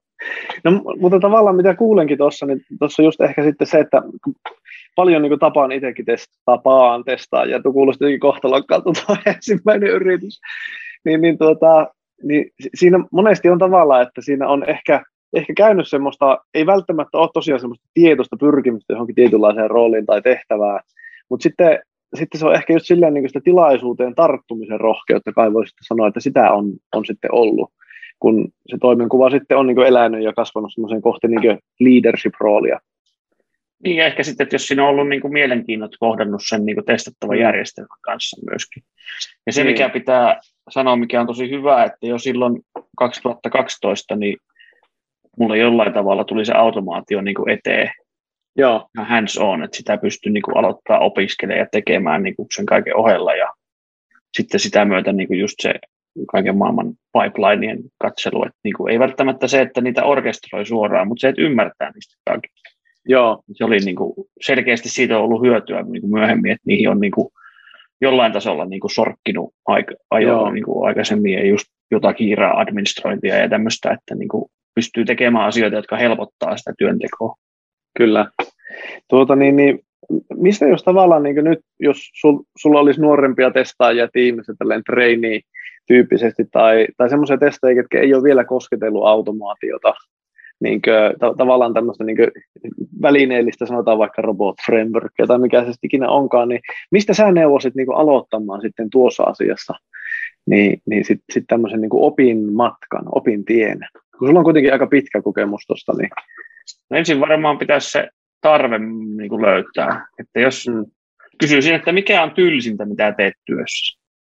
No, mutta tavallaan mitä kuulenkin tuossa, niin tuossa just ehkä sitten se, että paljon niin kuin tapaan itsekin test, tapaan testaa, ja tuo kuulosti jotenkin kohtalokkaalta tuo ensimmäinen yritys, niin, niin, tuota, niin siinä monesti on tavallaan, että siinä on ehkä, ehkä käynyt semmoista, ei välttämättä ole tosiaan semmoista tietoista pyrkimystä johonkin tietynlaiseen rooliin tai tehtävään, mutta sitten, sitten se on ehkä just silleen niin kuin sitä tilaisuuteen tarttumisen rohkeutta, kai voisi sanoa, että sitä on, on sitten ollut, kun se toimenkuva sitten on niin kuin elänyt ja kasvanut semmoiseen kohti niin kuin leadership-roolia. Niin, ja ehkä sitten, että jos siinä on ollut niin kuin mielenkiinnot kohdannut sen niin kuin testattavan järjestelmän kanssa myöskin. Ja se, niin. mikä pitää sanoa, mikä on tosi hyvä, että jo silloin kaksituhattakaksitoista, niin mulle jollain tavalla tuli se automaatio niin kuin eteen. Joo. Ja hands on, että sitä pystyy niin kuin aloittaa opiskelemaan ja tekemään niin kuin sen kaiken ohella. Ja sitten sitä myötä niin kuin just se kaiken maailman pipelineien katselu. Että niin kuin ei välttämättä se, että niitä orkestroi suoraan, mutta se, että ymmärtää niistä kaikista. Joo. Se oli niin kuin, selkeästi siitä on ollut hyötyä niin kuin myöhemmin, että niihin on niin kuin jollain tasolla niin kuin sorkkinut aika, ajoilla niin kuin aikaisemmin ja just jotakin kiiraa administrointia ja tämmöistä, että niin kuin pystyy tekemään asioita, jotka helpottaa sitä työntekoa. Kyllä. Tuota, niin, niin, mistä jos tavallaan niin nyt, jos sul, sulla olisi nuorempia testaajia tiimissä tälleen trainee tyyppisesti tai, tai semmoisia testaajia, jotka ei ole vielä kosketellut automaatiota, niin kuin, ta- tavallaan tämmöistä niin kuin välineellistä, sanotaan vaikka robot framework tai mikä se ikinä onkaan, niin mistä sä neuvoisit niin kuin aloittamaan sitten tuossa asiassa niin, niin sitten sit tämmöisen niin kuin opin matkan, opin tien? Kun sulla on kuitenkin aika pitkä kokemus tuosta. Niin... No ensin varmaan pitäisi se tarve niin kuin löytää. Että jos mm. kysyisin, että mikä on tylsintä, mitä teet työssä?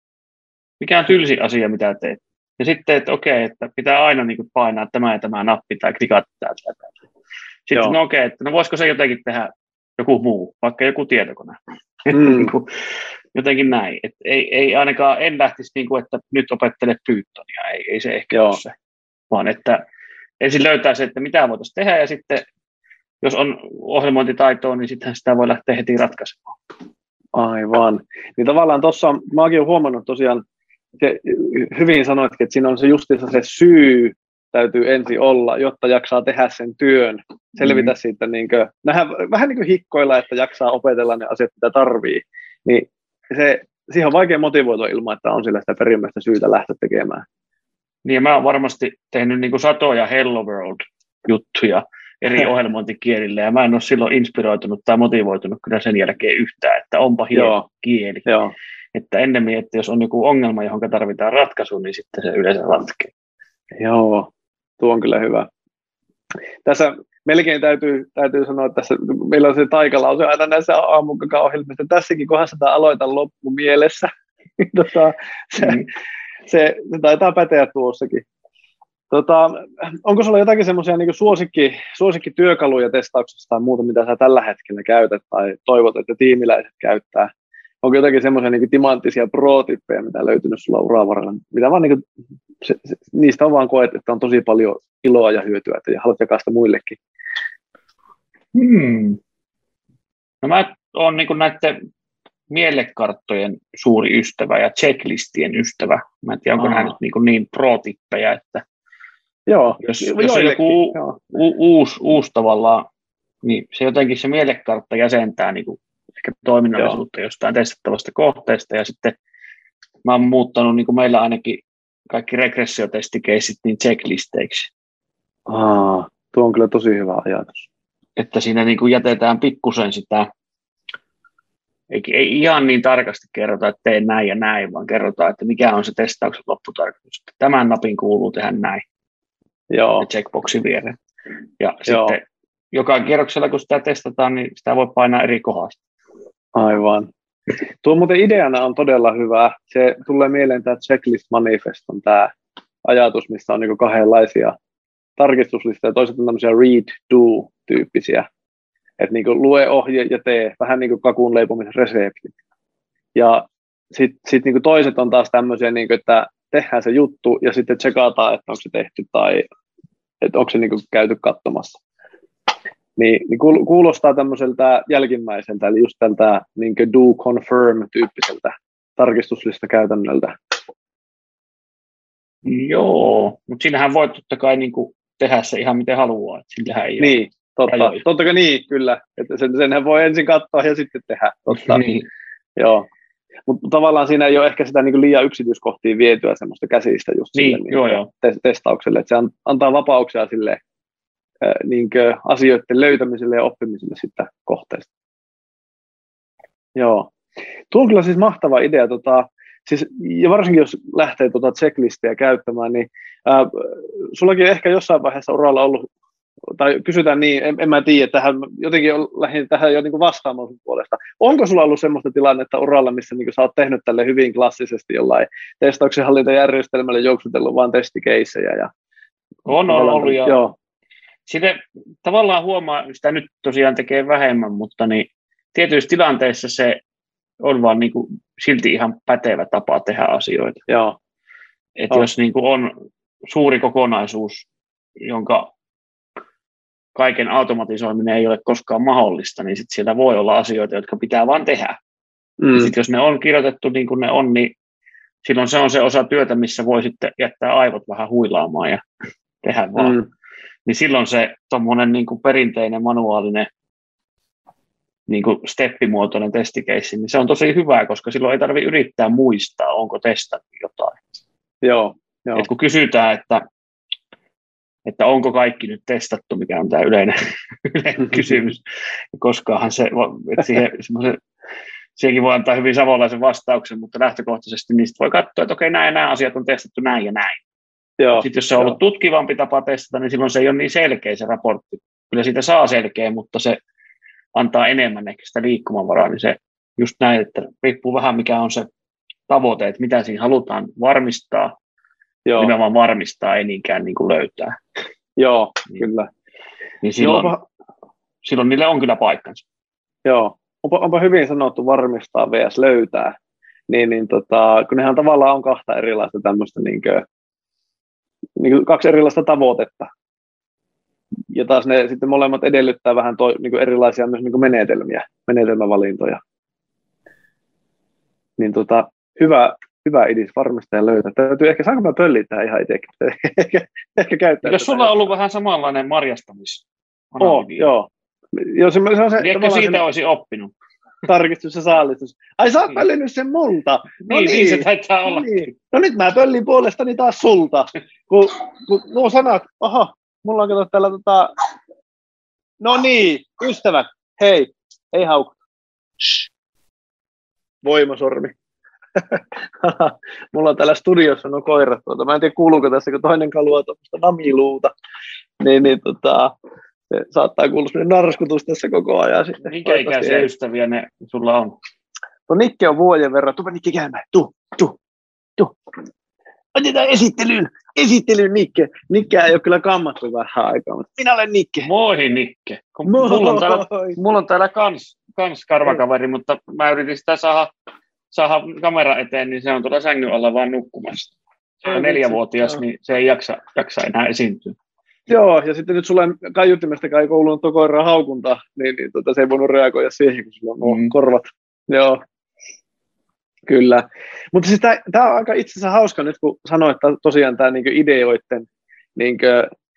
Mikä on tylsin asia, mitä teet? Ja sitten, että okei, että pitää aina niin kuin painaa tämä ja tämä nappi tai klikata täältä. Sitten, Joo. no okei, että no voisiko se jotenkin tehdä joku muu, vaikka joku tietokone. Mm. Jotenkin näin. Et ei, ei ainakaan, en lähtisi, niin kuin, että nyt opettele Pythonia, ei, ei se ehkä Joo. ole se. Vaan että ensin löytää se, että mitä voitaisiin tehdä, ja sitten jos on ohjelmointitaitoa, niin sitten sitä voi lähteä heti ratkaisemaan. Aivan. Niin tavallaan tuossa, mä oonkin jo huomannut tosiaan, se, hyvin sanoitkin, että siinä on se justiinsa se syy täytyy ensin olla, jotta jaksaa tehdä sen työn, selvitä mm. siitä, niin kuin, nähdä, vähän niin kuin hikkoilla, että jaksaa opetella ne asiat, mitä tarvii. Niin se, siihen on vaikea motivoitua ilman, että on sillä sitä perimmäistä syytä lähteä tekemään. Niin, mä oon varmasti tehnyt niin kuin satoja Hello World-juttuja eri ohjelmointikielillä, ja mä en ole silloin inspiroitunut tai motivoitunut kyllä sen jälkeen yhtään, että onpa hieno Joo. kieli. Joo. Että ennemmin, että jos on joku ongelma, johon tarvitaan ratkaisu, niin sitten se yleensä ratkeaa. Joo, tuo on kyllä hyvä. Tässä melkein täytyy, täytyy sanoa, että tässä, meillä on se taikalause aina näissä aamukaka-ohjelmissa. Tässäkin kohdassa tämä aloita loppu mielessä. tota, se, mm. se, se taitaa päteä tuossakin. Tota, onko sulla jotakin semmoisia niin suosikki, suosikkityökaluja testauksessa tai muuta, mitä sä tällä hetkellä käytät tai toivot, että tiimiläiset käyttää? Onko jotakin semmoisia niin timanttisia pro-tippejä, mitä on löytynyt sulla uran varrella? Mitä vaan, niin kuin, se, se, niistä on vaan koet, että on tosi paljon iloa ja hyötyä, että haluat jakaa sitä muillekin. Hmm. No mä oon niin näiden mielekarttojen suuri ystävä ja checklistien ystävä. Mä en tiedä, onko nämä nyt niin, niin pro-tippejä, että joo, jos, jos on joku joo. U, uusi, uusi tavallaan, niin se jotenkin se mielekartta jäsentää niin kuin ehkä toiminnallisuutta Joo. jostain testattavasta kohteesta, ja sitten mä oon muuttanut niin kuin meillä ainakin kaikki regressiotestikeisit niin checklisteiksi. Aa, tuo on kyllä tosi hyvä ajatus. Että siinä niin kuin jätetään pikkusen sitä, ei, ei ihan niin tarkasti kerrota, että tee näin ja näin, vaan kerrotaan, että mikä on se testauksen lopputarkoitus. Tämän napin kuuluu tehdä näin. Joo. Ja checkboxin viereen. Ja Joo. sitten joka kierroksella, kun sitä testataan, niin sitä voi painaa eri kohdasta. Aivan. Tuo muuten ideana on todella hyvä. Se tulee mieleen tämä checklist manifest on tämä ajatus, missä on niinku kahdenlaisia tarkistuslistoja. Toiset on tämmöisiä read-do-tyyppisiä. Että niinku lue ohje ja tee, vähän niin kuin kakun leipomisen resepti. Ja sitten sit niinku toiset on taas tämmöisiä, niinku, että tehdään se juttu ja sitten tsekataan, että onko se tehty tai että onko se niinku käyty katsomassa. Niin, niin kuulostaa tämmöiseltä jälkimmäiseltä, eli just tältä niin do confirm-tyyppiseltä tarkistuslista-käytännöltä. Joo, mutta siinähän voi totta kai niin kuin tehdä se ihan miten haluaa. Sillähän ei niin, totta. Totta kai niin, kyllä. Että sen, senhän voi ensin katsoa ja sitten tehdä. Totta. Niin. Joo. Mutta tavallaan siinä ei ole ehkä sitä niin liian yksityiskohtiin vietyä semmoista käsistä just niin, sille joo, niin joo. testaukselle. Että se antaa vapauksia sille niin asioiden löytämiselle ja oppimiselle sitä kohteesta. Joo. Tuo on kyllä siis mahtava idea. Tota, siis, ja varsinkin jos lähtee tuota checklistia käyttämään, niin ää, sullakin ehkä jossain vaiheessa uralla ollut, tai kysytään niin, en, en mä tiedä, tähän, jotenkin lähdin tähän jo niin vastaamaan sun puolesta. Onko sulla ollut semmoista tilannetta uralla, missä niin sä oot tehnyt tälle hyvin klassisesti jollain testauksen hallintajärjestelmälle juoksutellut vaan testikeissejä? Ja on ollut, ja joo. Sitten tavallaan huomaa, sitä nyt tosiaan tekee vähemmän, mutta niin tietyissä tilanteissa se on vaan niin kuin silti ihan pätevä tapa tehdä asioita. Joo. Et oh. Jos niin kuin on suuri kokonaisuus, jonka kaiken automatisoiminen ei ole koskaan mahdollista, niin sit siellä voi olla asioita, jotka pitää vaan tehdä. Mm. Sitten jos ne on kirjoitettu niin kuin ne on, niin silloin se on se osa työtä, missä voi sitten jättää aivot vähän huilaamaan ja tehdä vaan. Mm. Niin silloin se tommonen niin kuin perinteinen manuaalinen niin kuin steppimuotoinen testikeissi, niin se on tosi hyvä, koska silloin ei tarvitse yrittää muistaa, onko testannut jotain. Joo, joo. Et kun kysytään, että, että onko kaikki nyt testattu, mikä on tämä yleinen, yleinen kysymys, koskaanhan se, että siihen, siihenkin voi antaa hyvin savolaisen vastauksen, mutta lähtökohtaisesti niistä voi katsoa, että okei, nämä ja nämä asiat on testattu näin ja näin. Joo, sitten jos se on ollut joo. tutkivampi tapa testata, niin silloin se ei ole niin selkeä se raportti. Kyllä siitä saa selkeä, mutta se antaa enemmän ehkä sitä liikkumavaraa, niin se just näin, että riippuu vähän mikä on se tavoite, että mitä siinä halutaan varmistaa, joo. nimenomaan varmistaa, ei niinkään niin kuin löytää. Joo, niin, kyllä. Niin silloin, joo. silloin niille on kyllä paikkansa. Joo. onpa, onpa hyvin sanottu varmistaa vs löytää, niin, niin tota, kun nehän tavallaan on kahta erilaista tämmöistä, niin kuin, niin kuin kaksi erilaista tavoitetta. Ja taas ne sitten molemmat edellyttää vähän toi, niin kuin erilaisia myös niin kuin menetelmiä, menetelmävalintoja. Niin tota, hyvä, hyvä idis varmistaa ja löytää. Täytyy ehkä, saanko mä pöllittää ihan itsekin? ehkä, ehkä käyttää. Eikö sulla on ollut vähän samanlainen marjastamis? Oh, joo. joo se, se on se, Ehkä siitä olisi oppinut. Tarkistus ja saalistus. Ai sä oot pöllinyt sen multa. No niin, niin, niin, se taitaa olla. Niin. No nyt mä pöllin puolestani taas sulta. Kun, kun nuo sanat, aha, mulla on kato täällä tota... No niin, ystävät, hei, ei haukuta. Voimasormi. Mulla on täällä studiossa nuo koirat tuota. Mä en tiedä kuuluuko tässä, kun toinen kaluaa tuosta namiluuta. Niin, niin tota... Se saattaa kuulla sellainen narskutus tässä koko ajan. Sitten. Minkä ikäisiä ystäviä ne sulla on? Tuo Nikke on vuoden verran. Tupa Nikke käymään. Tuu, tuu, tuu. Otetaan esittelyyn. Esittelyyn Nikke. Nikke ei ole kyllä kammattu vähän aikaa, mutta minä olen Nikke. Moi Nikke. Moi. Mulla on täällä, mulla on täällä kans, kans karvakaveri, mutta mä yritin sitä saada, saada kamera eteen, niin se on tuolla sängyn alla vaan nukkumassa. Se on neljävuotias, niin se ei jaksa, jaksa enää esiintyä. Joo, ja sitten nyt sulla kaiuttimestakaan ei kuulunut tuo koiran haukunta, niin, niin tota, se ei voinut reagoida siihen, kun sulla on nuo mm. korvat. Joo, kyllä. Mutta siis tämä on aika itse asiassa hauska nyt, kun sanoit, että tosiaan tämä niinku ideoitten, niinku,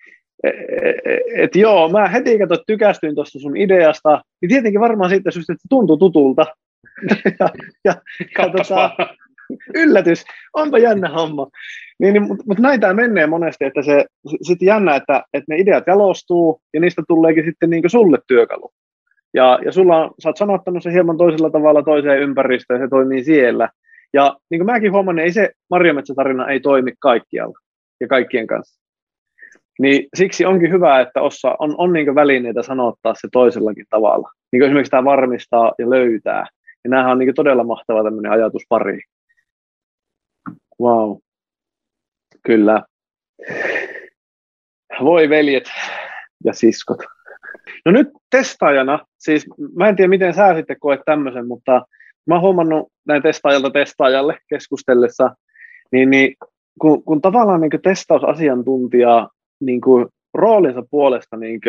että joo, mä heti kato, tykästyin tuosta sun ideasta, niin tietenkin varmaan siitä syystä, että se tuntuu tutulta. ja, ja, ja tota, yllätys, onpa jännä homma. Niin, niin, mutta mut näin tämä menee monesti, että se sitten jännä, että, että ne ideat jalostuu ja niistä tuleekin sitten niin sulle työkalu. Ja, ja sulla on, sä oot sanottanut se hieman toisella tavalla toiseen ympäristöön ja se toimii siellä. Ja niin kuin mäkin huomaan, niin ei se marjametsätarina ei toimi kaikkialla ja kaikkien kanssa. Niin siksi onkin hyvä, että ossa, on, on niin välineitä sanottaa se toisellakin tavalla. Niin kuin esimerkiksi tämä varmistaa ja löytää. Ja näähän on niin todella mahtava tämmöinen ajatuspari. Wow. Kyllä. Voi veljet ja siskot. No nyt testaajana, siis mä en tiedä miten sä sitten koet tämmöisen, mutta mä oon huomannut näin testaajalta testaajalle keskustellessa, niin, niin kun, kun tavallaan niin testausasiantuntija niin roolinsa puolesta niin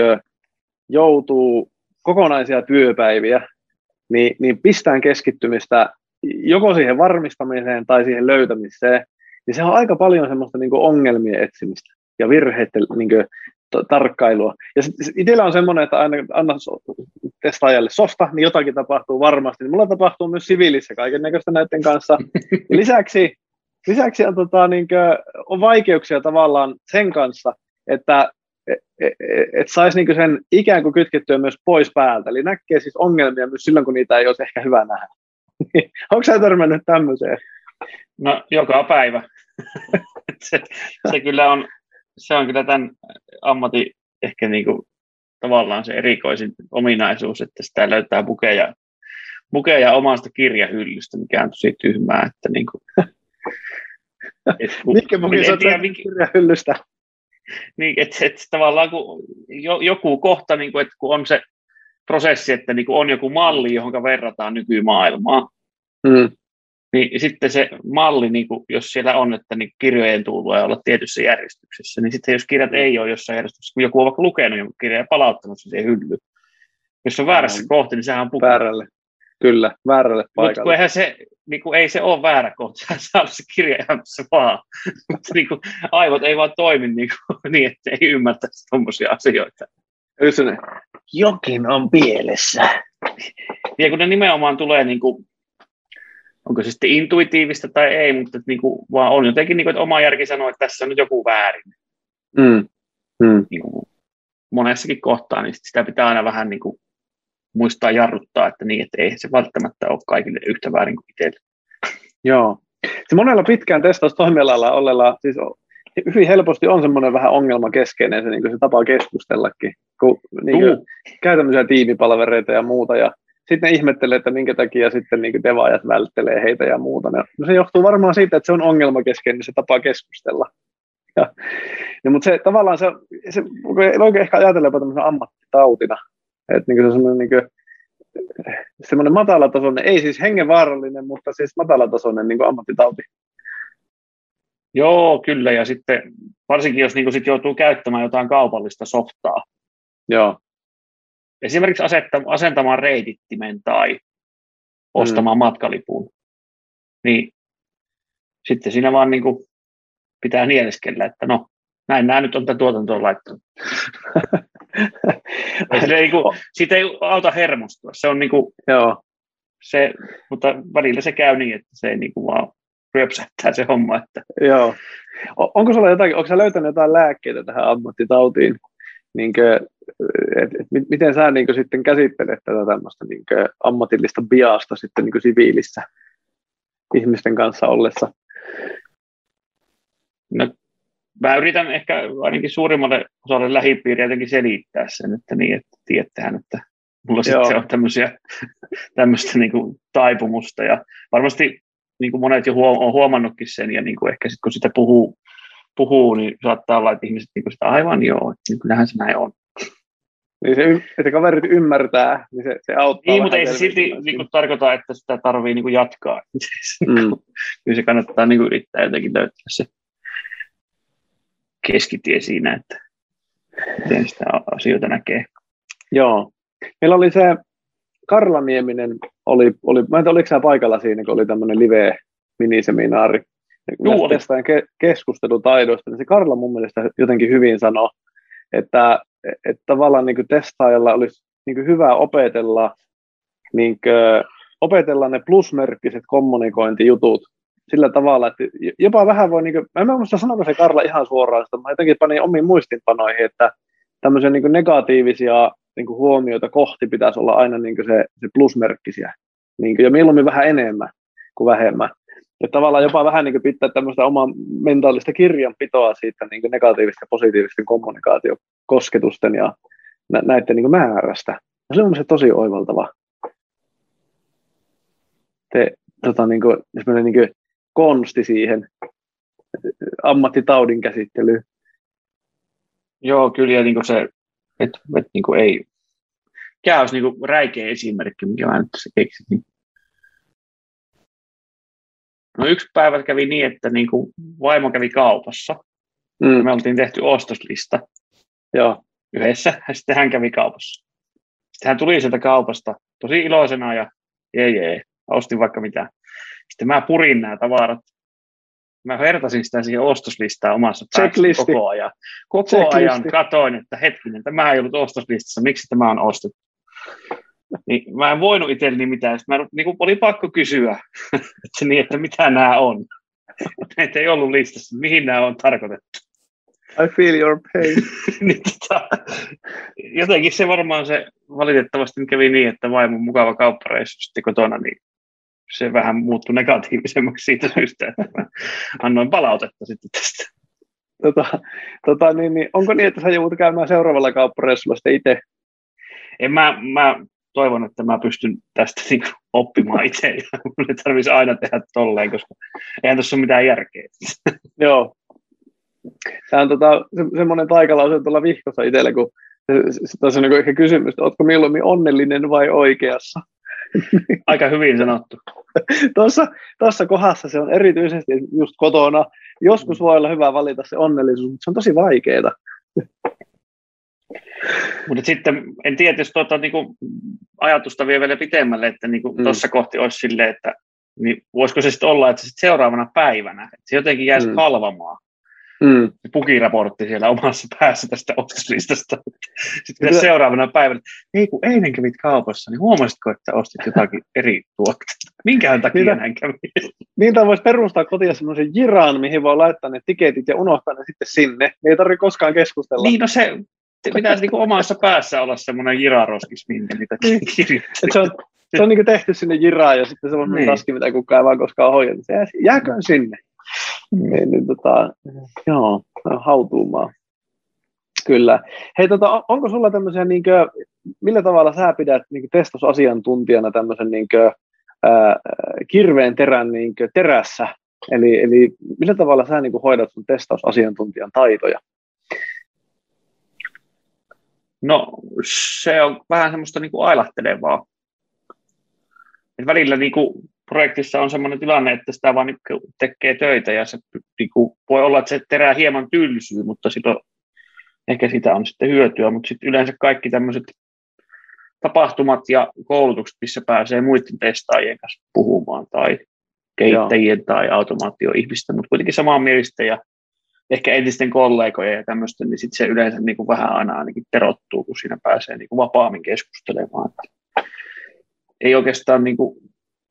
joutuu kokonaisia työpäiviä, niin, niin pistään keskittymistä joko siihen varmistamiseen tai siihen löytämiseen, niin se on aika paljon semmoista niin kuin ongelmien etsimistä ja virheiden niin kuin, t- tarkkailua. Ja itsellä on semmoinen, että aina anna testaajalle softa, niin jotakin tapahtuu varmasti. Mulla tapahtuu myös siviilissä kaiken näköistä näiden kanssa. Ja lisäksi, lisäksi on, tota, niin kuin, on vaikeuksia tavallaan sen kanssa, että et, et, et saisi niin kuin sen ikään kuin kytkettyä myös pois päältä. Eli näkee siis ongelmia myös silloin, kun niitä ei olisi ehkä hyvä nähdä. Onko sä törmännyt tämmöiseen? No joka päivä. se, se, kyllä on, se on kyllä tämän ammatin ehkä niinku, tavallaan se erikoisin ominaisuus, että sitä löytää bukeja, bukeja omasta kirjahyllystä, mikä on tosi tyhmää. Että niinku, et, kun, Mikä buki sä kirjahyllystä? Niin, että et, tavallaan kun jo, joku kohta, niin kuin, että kun on se prosessi, että niin kuin on joku malli, johon verrataan nykymaailmaa, mm. niin sitten se malli, niin kuin, jos siellä on, että niin kirjojen tulee olla tietyssä järjestyksessä, niin sitten jos kirjat ei ole jossain järjestyksessä, kun joku on vaikka lukenut jonkun kirjan ja palauttanut sen siihen hyllyyn, jos on väärässä kohti, niin sehän on puhuttu. Väärälle, kyllä, väärälle paikalle. Mutta eihän se, niin kuin, ei se ole väärä kohta, sehän saa olla se kirja elämässä vaan. Mutta niin kuin, aivot ei vaan toimi niin, kuin, niin että ei ymmärtäisi tuommoisia asioita. Ysänen. Jokin on pielessä. Ja kun ne nimenomaan tulee, niin kuin, onko se sitten intuitiivista tai ei, mutta että, niin kuin, vaan on jotenkin, niin kuin, että oma järki sanoo, että tässä on nyt joku väärin. Mm. Mm. Niin kuin, monessakin kohtaa, niin sitä pitää aina vähän niin kuin, muistaa jarruttaa, että niin, että ei se välttämättä ole kaikille yhtä väärin kuin itselle. Joo. Se monella pitkään testaustoimialalla olella, siis hyvin helposti on semmoinen vähän ongelmakeskeinen se, niin kuin se tapa keskustellakin, kun niin kuin, käy tämmöisiä tiimipalvereita ja muuta, ja sitten ne ihmettelee, että minkä takia sitten niin kuin devaajat välttelee heitä ja muuta. No, se johtuu varmaan siitä, että se on ongelmakeskeinen se tapa keskustella. Ja, ja, mutta se tavallaan se, se voi ehkä ajatella jopa tämmöisenä ammattitautina, että niin kuin se on semmoinen niin kuin, semmoinen matalatasoinen, ei siis hengenvaarallinen, mutta siis matalatasoinen niin kuin ammattitauti. Joo, kyllä, ja sitten varsinkin jos niin sit joutuu käyttämään jotain kaupallista softaa, Joo. esimerkiksi asetta, asentamaan reitittimen tai ostamaan mm. matkalipun, niin sitten siinä vaan niin kuin pitää nieleskellä, että no, näin nämä nyt on tätä tuotantoon laittanut. ei, kuin, siitä ei auta hermostua, se on niin kuin, Joo. se, mutta välillä se käy niin, että se ei niin kuin vaan ryöpsähtää se homma. Että... Joo. Onko sulla jotakin, onko sä löytänyt jotain lääkkeitä tähän ammattitautiin? Niinkö, et, et, miten sä niinkö sitten käsittelet tätä tämmöistä niinkö ammatillista biasta sitten niinkö siviilissä ihmisten kanssa ollessa? No, mä yritän ehkä ainakin suurimmalle osalle lähipiiriä jotenkin selittää sen, että niin, että tiedättehän, että mulla Joo. sitten on tämmöisiä, tämmöistä niin kuin taipumusta ja varmasti niin kuin monet jo huom- on huomannutkin sen ja niin kuin ehkä sitten kun sitä puhuu, puhuu, niin saattaa olla, että ihmiset niin kuin sitä aivan joo, että niin kyllähän se näin on. Niin se, että kaverit ymmärtää, niin se, se auttaa. Niin, mutta ei se silti niin kuin tarkoita, että sitä tarvii niin kuin jatkaa. Mm. Kyllä se kannattaa niin kuin yrittää jotenkin löytää se keskitie siinä, että miten sitä asioita näkee. Joo. Meillä oli se Karla Nieminen, oli, oli, mä en tiedä, oliko sä paikalla siinä, kun oli tämmöinen live-miniseminaari. Juu, Tästä ke- keskustelutaidoista, niin se Karla mun mielestä jotenkin hyvin sanoi, että, että tavallaan niin kuin testaajalla olisi niin kuin hyvä opetella, niin kuin, opetella ne plusmerkkiset kommunikointijutut sillä tavalla, että jopa vähän voi, niin kuin, mä en muista sanoiko se Karla ihan suoraan sitä, mä jotenkin panin omiin muistinpanoihin, että tämmöisiä niin kuin negatiivisia niin kuin huomioita kohti pitäisi olla aina niin kuin se, se plusmerkkisiä, niin kuin, ja mieluummin vähän enemmän kuin vähemmän. Että tavallaan jopa vähän niin kuin pitää tämmöistä omaa mentaalista kirjanpitoa siitä niin kuin negatiivisten ja positiivisten kommunikaatiokosketusten ja nä- näiden niin kuin määrästä. Ja se on mielestäni tosi oivaltava. Te, tota, niin kuin, niin kuin konsti siihen ammattitaudin käsittelyyn. Joo, kyllä, ja niin se, että et, niin ei, mikä olisi niin räikeä esimerkki, mikä mä nyt tässä keksin. Niin. No yksi päivä kävi niin, että niin kuin vaimo kävi kaupassa, mm. me oltiin tehty ostoslista Joo. yhdessä, ja sitten hän kävi kaupassa. Sitten hän tuli sieltä kaupasta tosi iloisena, ja jee jee, ostin vaikka mitä. Sitten mä purin nämä tavarat. Mä vertasin sitä siihen ostoslistaan omassa päässä koko ajan. Koko Checklisti. ajan katoin, että hetkinen, tämä ei ollut ostoslistassa, miksi tämä on ostettu. Niin, mä en voinut itselleni mitään. Sitten mä niin oli pakko kysyä, että, niin, että mitä nämä on. Näitä ei ollut listassa, mihin nämä on tarkoitettu. I feel your pain. niin, tota, jotenkin se varmaan se valitettavasti kävi niin, että vaimon mukava kauppareissu sitten kotona, niin se vähän muuttui negatiivisemmaksi siitä syystä, että mä annoin palautetta sitten tästä. Tota, tota, niin, niin, onko niin, että sä joudut käymään seuraavalla kauppareissulla sitten itse? En mä, mä toivon, että mä pystyn tästä niin oppimaan itse, ja mun ei tarvitsisi aina tehdä tolleen, koska eihän tässä ole mitään järkeä. Joo. Tämä on tota, se, semmoinen taikalause tuolla vihkossa itsellä, kun tässä on niin ehkä kysymys, että oletko mieluummin onnellinen vai oikeassa? Aika hyvin sanottu. Tuossa, tuossa kohdassa se on erityisesti just kotona. Joskus voi olla hyvä valita se onnellisuus, mutta se on tosi vaikeaa. Mutta sitten en tiedä, jos tuota, niin kuin, ajatusta vie vielä pitemmälle, että niin kuin, mm. tuossa kohti olisi silleen, että niin voisiko se sitten olla, että sit seuraavana päivänä, että se jotenkin jäisi mm. kalvamaan. Mm. Pukiraportti siellä omassa päässä tästä ostoslistasta. Sitten pitäisi seuraavana päivänä, ei kun eilen kävit kaupassa, niin huomasitko, että ostit jotakin eri tuotteita? Minkähän takia Niitä, näin kävi? Niitä voisi perustaa kotiin semmoisen jiraan, mihin voi laittaa ne tiketit ja unohtaa ne sitten sinne. Niin ei tarvitse koskaan keskustella. Niin, no se pitäisi niinku omassa päässä olla semmoinen jiraroskis, minkä niitä kirjoittaa. Se on, se on niinku tehty sinne jiraan ja sitten semmoinen niin. taski, mitä kukaan ei vaan koskaan hoida. Se jääköön sinne. Niin, niin, tota, joo, hautuumaan. Kyllä. Hei, tota, onko sulla tämmöisiä, niin kuin, millä tavalla sä pidät niin testausasiantuntijana tämmöisen niin kuin, ää, kirveen terän niin kuin, terässä? Eli, eli millä tavalla sä niin kuin, hoidat sun testausasiantuntijan taitoja? No, se on vähän semmoista niin kuin ailahtelevaa. Et välillä niin kuin, projektissa on sellainen tilanne, että sitä vaan niin kuin, tekee töitä ja se niin kuin, voi olla, että se terää hieman tylsyy, mutta silloin ehkä sitä on sitten hyötyä, mutta sitten yleensä kaikki tämmöiset tapahtumat ja koulutukset, missä pääsee muiden testaajien kanssa puhumaan tai kehittäjien Joo. tai automaatioihmisten, mutta kuitenkin samanmielistä ja ehkä entisten kollegojen ja tämmöistä, niin sitten se yleensä niin kuin vähän aina ainakin terottuu, kun siinä pääsee niin kuin vapaammin keskustelemaan. Ei oikeastaan niin kuin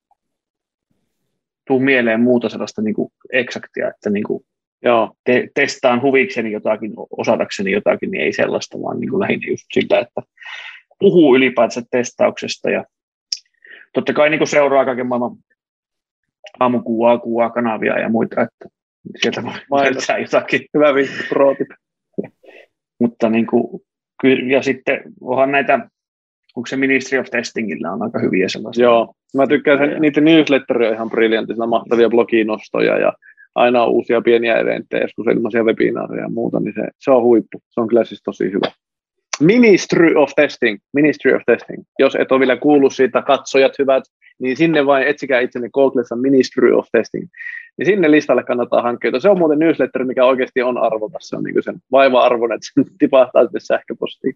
tuu mieleen muuta sellaista niin kuin eksaktia, että niin kuin Joo. Te- testaan huvikseni jotakin, osatakseni jotakin, niin ei sellaista, vaan niin kuin lähinnä just sillä, että puhuu ylipäätänsä testauksesta ja totta kai niin kuin seuraa kaiken maailman aamukuvaa, kuvaa, kanavia ja muita, että sieltä voi löytää jotakin. Hyvä vinkki, pro tip. Mutta niin kuin, ja sitten onhan näitä, onko se Ministry of Testingillä on aika hyviä sellaisia. Joo, mä tykkään sen, niiden newsletteria on ihan briljantisena, mahtavia bloginostoja ja aina on uusia pieniä eventtejä, joskus ilmaisia webinaareja ja muuta, niin se, se on huippu. Se on kyllä siis tosi hyvä. Ministry of Testing, Ministry of Testing. Jos et ole vielä kuullut siitä, katsojat hyvät, niin sinne vain etsikää itsenne Googlessa Ministry of Testing. Niin sinne listalle kannattaa hankkia. Se on muuten newsletter, mikä oikeasti on arvokas. Se on niin sen vaiva-arvon, että se tipahtaa sitten sähköpostiin.